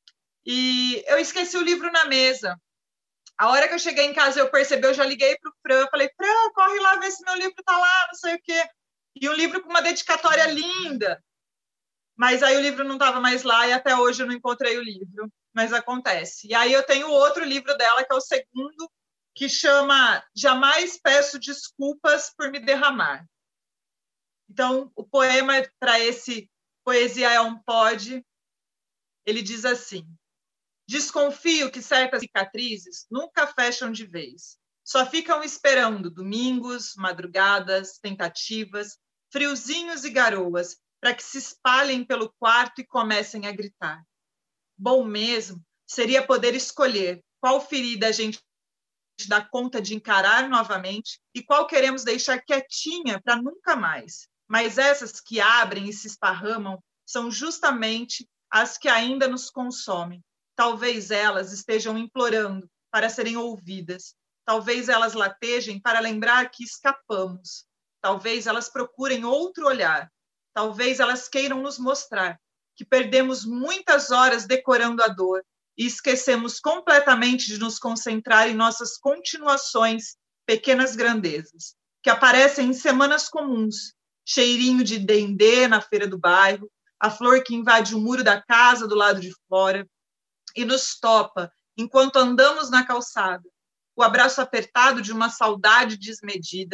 e eu esqueci o livro na mesa. A hora que eu cheguei em casa, eu percebi, eu já liguei para o Fran, falei, Fran, corre lá ver se meu livro está lá, não sei o quê. E um livro com uma dedicatória linda. Mas aí o livro não estava mais lá e até hoje eu não encontrei o livro. Mas acontece. E aí eu tenho outro livro dela, que é o segundo, que chama Jamais Peço Desculpas por Me Derramar. Então, o poema para esse Poesia é um Pod, ele diz assim: desconfio que certas cicatrizes nunca fecham de vez. Só ficam esperando domingos, madrugadas, tentativas, friozinhos e garoas, para que se espalhem pelo quarto e comecem a gritar. Bom mesmo seria poder escolher qual ferida a gente dá conta de encarar novamente e qual queremos deixar quietinha para nunca mais. Mas essas que abrem e se esparramam são justamente as que ainda nos consomem. Talvez elas estejam implorando para serem ouvidas. Talvez elas latejem para lembrar que escapamos. Talvez elas procurem outro olhar. Talvez elas queiram nos mostrar que perdemos muitas horas decorando a dor e esquecemos completamente de nos concentrar em nossas continuações, pequenas grandezas, que aparecem em semanas comuns, cheirinho de dendê na feira do bairro, a flor que invade o muro da casa do lado de fora e nos topa enquanto andamos na calçada, o abraço apertado de uma saudade desmedida,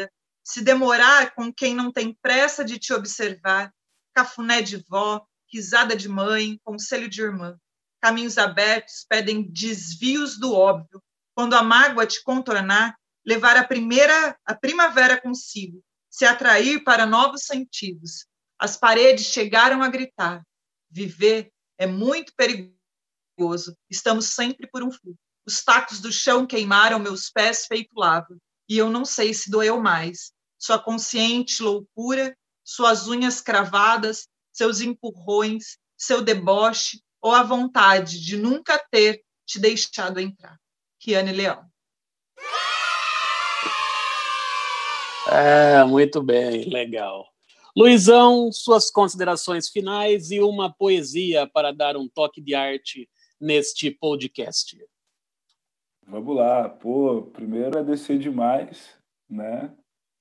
se demorar com quem não tem pressa de te observar, cafuné de vó, risada de mãe, conselho de irmã. Caminhos abertos pedem desvios do óbvio. Quando a mágoa te contornar, levar a primeira, a primavera consigo, se atrair para novos sentidos. As paredes chegaram a gritar. Viver é muito perigoso. Estamos sempre por um fio. Os tacos do chão queimaram meus pés feito lava. E eu não sei se doeu mais. Sua consciente loucura, suas unhas cravadas, seus empurrões, seu deboche ou a vontade de nunca ter te deixado entrar. Kiane Leão. É, muito bem, legal. Luizão, suas considerações finais e uma poesia para dar um toque de arte neste podcast. Vamos lá. Pô, primeiro agradecer demais, né?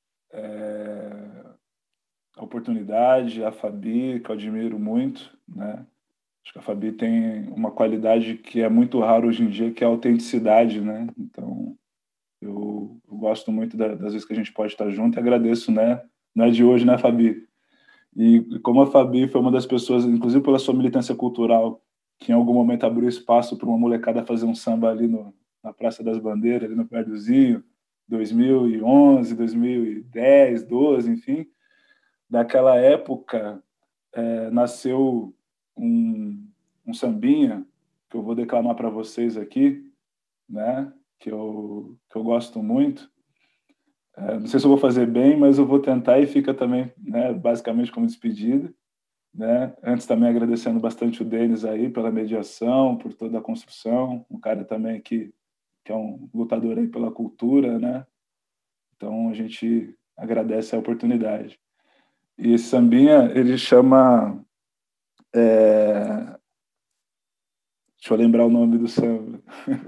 É... a oportunidade, a Fabi, que eu admiro muito, né? Acho que a Fabi tem uma qualidade que é muito rara hoje em dia, que é a autenticidade, né? Então, eu, eu gosto muito da, das vezes que a gente pode estar junto e agradeço, né? Não é de hoje, né, Fabi? E como a Fabi foi uma das pessoas, inclusive pela sua militância cultural, que em algum momento abriu espaço para uma molecada fazer um samba ali no, na Praça das Bandeiras, ali no Perduzinho, dois mil e onze, dois mil e dez, doze, enfim. Daquela época, é, nasceu um, um sambinha que eu vou declamar para vocês aqui, né? Que eu, que eu gosto muito. É, não sei se eu vou fazer bem, mas eu vou tentar e fica também, né, basicamente como despedida. Né? Antes também agradecendo bastante o Denis aí pela mediação, por toda a construção, um cara também que, que é um lutador aí pela cultura, né? Então a gente agradece a oportunidade. E esse sambinha, ele chama... É... Deixa eu lembrar o nome do samba.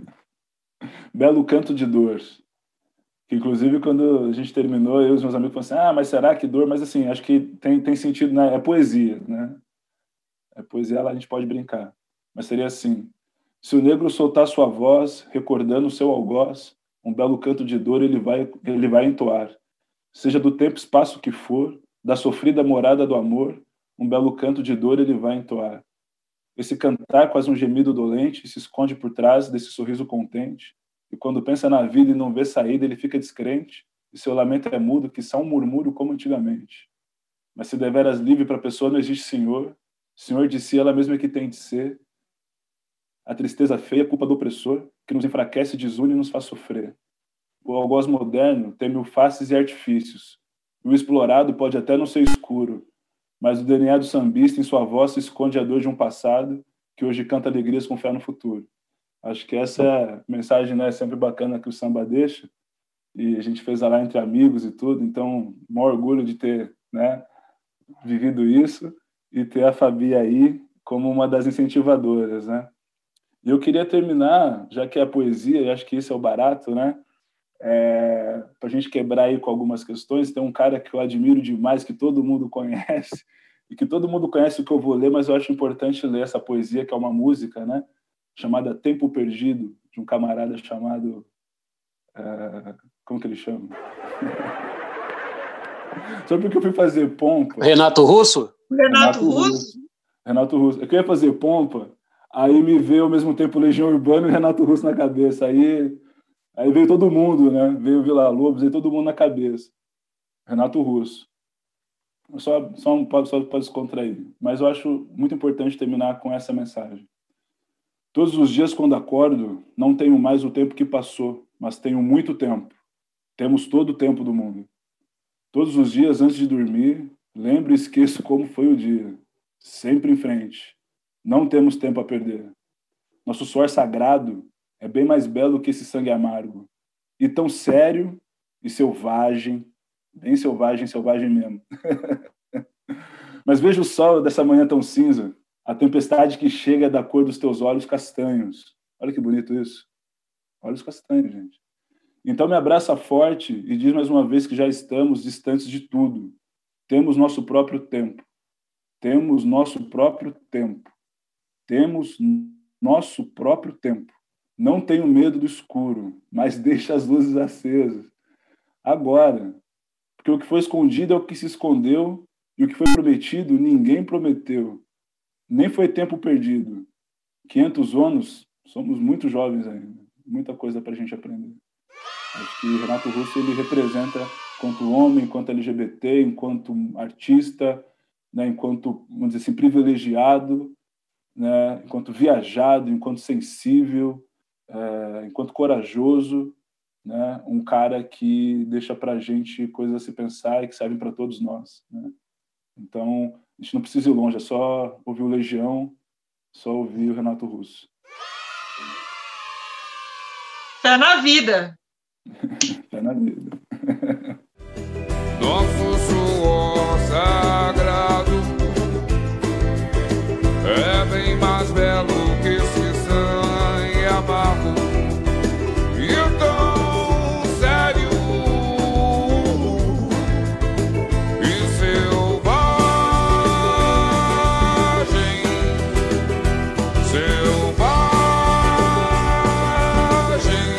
Belo Canto de Dor. Que, inclusive, quando a gente terminou, eu e os meus amigos falaram assim, ah, mas será que dor? Mas, assim, acho que tem, tem sentido, né? É poesia, né? É poesia, lá a gente pode brincar. Mas seria assim, se o negro soltar sua voz, recordando o seu algoz, um belo canto de dor ele vai, ele vai entoar. Seja do tempo e espaço que for, da sofrida morada do amor, um belo canto de dor ele vai entoar. Esse cantar, quase um gemido dolente, se esconde por trás desse sorriso contente, e quando pensa na vida e não vê saída, ele fica descrente, e seu lamento é mudo, que só um murmúrio como antigamente. Mas se deveras livre para a pessoa não existe senhor, senhor de si ela mesma é que tem de ser. A tristeza feia é culpa do opressor, que nos enfraquece, desune e nos faz sofrer. O algoz moderno tem mil faces e artifícios. O explorado pode até não ser escuro, mas o D N A do sambista em sua voz se esconde a dor de um passado que hoje canta alegrias com fé no futuro. Acho que essa mensagem, né, é sempre bacana que o samba deixa, e a gente fez lá entre amigos e tudo, então, maior orgulho de ter, né, vivido isso e ter a Fabi aí como uma das incentivadoras, né. E eu queria terminar, já que é a poesia, e acho que isso é o barato, né, é, para a gente quebrar aí com algumas questões. Tem um cara que eu admiro demais, que todo mundo conhece, e que todo mundo conhece o que eu vou ler, mas eu acho importante ler essa poesia, que é uma música, né, chamada Tempo Perdido, de um camarada chamado... Uh, como que ele chama? Só porque eu fui fazer pompa... Renato Russo? Renato, Renato Russo? Russo? Renato Russo. Eu queria fazer pompa, aí me veio ao mesmo tempo Legião Urbana e Renato Russo na cabeça. Aí, aí veio todo mundo, né? Veio Vila Lobos, veio todo mundo na cabeça. Renato Russo. Só, só, só para descontrair. Mas eu acho muito importante terminar com essa mensagem. Todos os dias, quando acordo, não tenho mais o tempo que passou, mas tenho muito tempo. Temos todo o tempo do mundo. Todos os dias, antes de dormir, lembro e esqueço como foi o dia. Sempre em frente. Não temos tempo a perder. Nosso suor sagrado é bem mais belo que esse sangue amargo. E tão sério e selvagem, bem selvagem, selvagem mesmo. Mas vejo o sol dessa manhã tão cinza, a tempestade que chega é da cor dos teus olhos castanhos. Olha que bonito isso. Olhos castanhos, gente. Então me abraça forte e diz mais uma vez que já estamos distantes de tudo. Temos nosso próprio tempo. Temos nosso próprio tempo. Temos nosso próprio tempo. Não tenho medo do escuro, mas deixa as luzes acesas. Agora, Porque o que foi escondido é o que se escondeu, e o que foi prometido, ninguém prometeu. Nem foi tempo perdido. quinhentos anos, somos muito jovens ainda. Muita coisa para a gente aprender. Acho que Renato Russo ele representa, enquanto homem, enquanto L G B T, enquanto artista, né, enquanto, vamos dizer assim, privilegiado, né, enquanto viajado, enquanto sensível, é, enquanto corajoso, né, um cara que deixa para a gente coisas a se pensar e que servem para todos nós. Né? Então, a gente não precisa ir longe, é só ouvir o Legião, só ouvir o Renato Russo. Fé na vida. Fé na vida. Nosso suor sagrado é bem mais belo que esse sangue amargo e tão sério e selvagem, selvagem,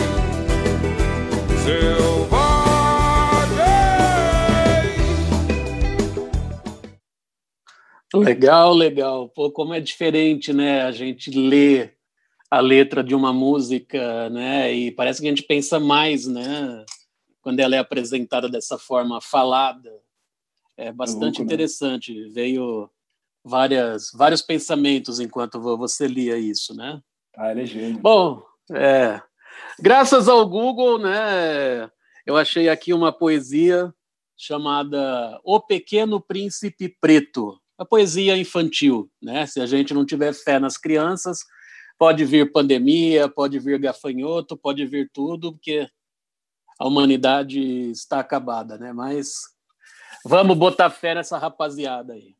selvagem. Legal, legal. Pô, como é diferente, né? A gente lê a letra de uma música, né? E parece que a gente pensa mais, né? Quando ela é apresentada dessa forma falada. É bastante louco, né? interessante. Veio várias, vários pensamentos enquanto você lia isso, né? Ah, ele é gênio. Bom, é, graças ao Google, né? Eu achei aqui uma poesia chamada O Pequeno Príncipe Preto. A poesia infantil, né? Se a gente não tiver fé nas crianças, pode vir pandemia, pode vir gafanhoto, pode vir tudo, porque a humanidade está acabada, né? Mas vamos botar fé nessa rapaziada aí.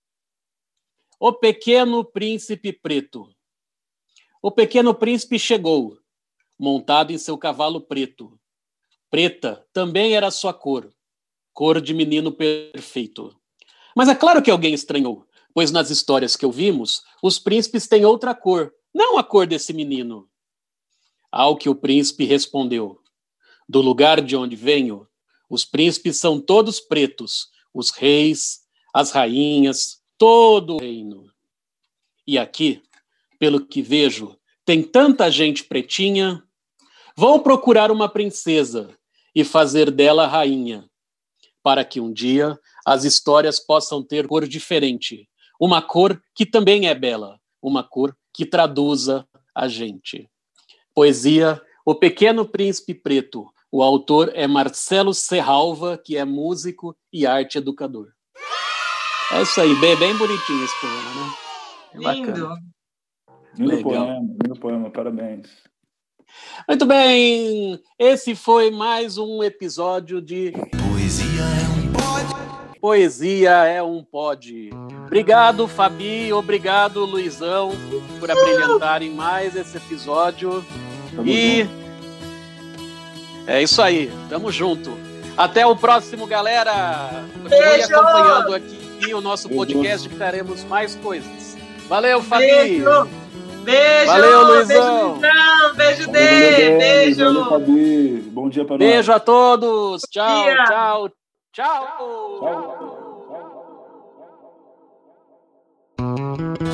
O Pequeno Príncipe Preto. O pequeno príncipe chegou, montado em seu cavalo preto. Preta também era sua cor, cor de menino perfeito. Mas é claro que alguém estranhou, pois nas histórias que ouvimos, os príncipes têm outra cor, não a cor desse menino. Ao que o príncipe respondeu: do lugar de onde venho, os príncipes são todos pretos, os reis, as rainhas, todo o reino. E aqui, pelo que vejo, tem tanta gente pretinha. Vou procurar uma princesa e fazer dela rainha, para que um dia as histórias possam ter cor diferente, uma cor que também é bela, uma cor que traduza a gente. Poesia O Pequeno Príncipe Preto. O autor é Marcelo Serralva, que é músico e arte educador. É isso aí, bem, bem bonitinho esse poema, né? É Lindo. bacana. Lindo Legal. poema, lindo poema, parabéns. Muito bem, esse foi mais um episódio de Poesia é um pod. Poesia é um pod. Obrigado, Fabi, obrigado, Luizão, por abrilhantarem mais esse episódio. Tamo E junto. é isso aí, tamo junto. Até o próximo, galera. Continue Beijo! acompanhando aqui o nosso Beijo. podcast, que teremos mais coisas. Valeu, Fabi. Beijo. Beijo. Valeu, Luizão. Beijo, Luizão. Beijo, Valeu, Dê. Denis, Beijo. valeu, Fabi. Bom dia para nós. Beijo a todos. Tchau, dia. tchau, tchau. Tchau.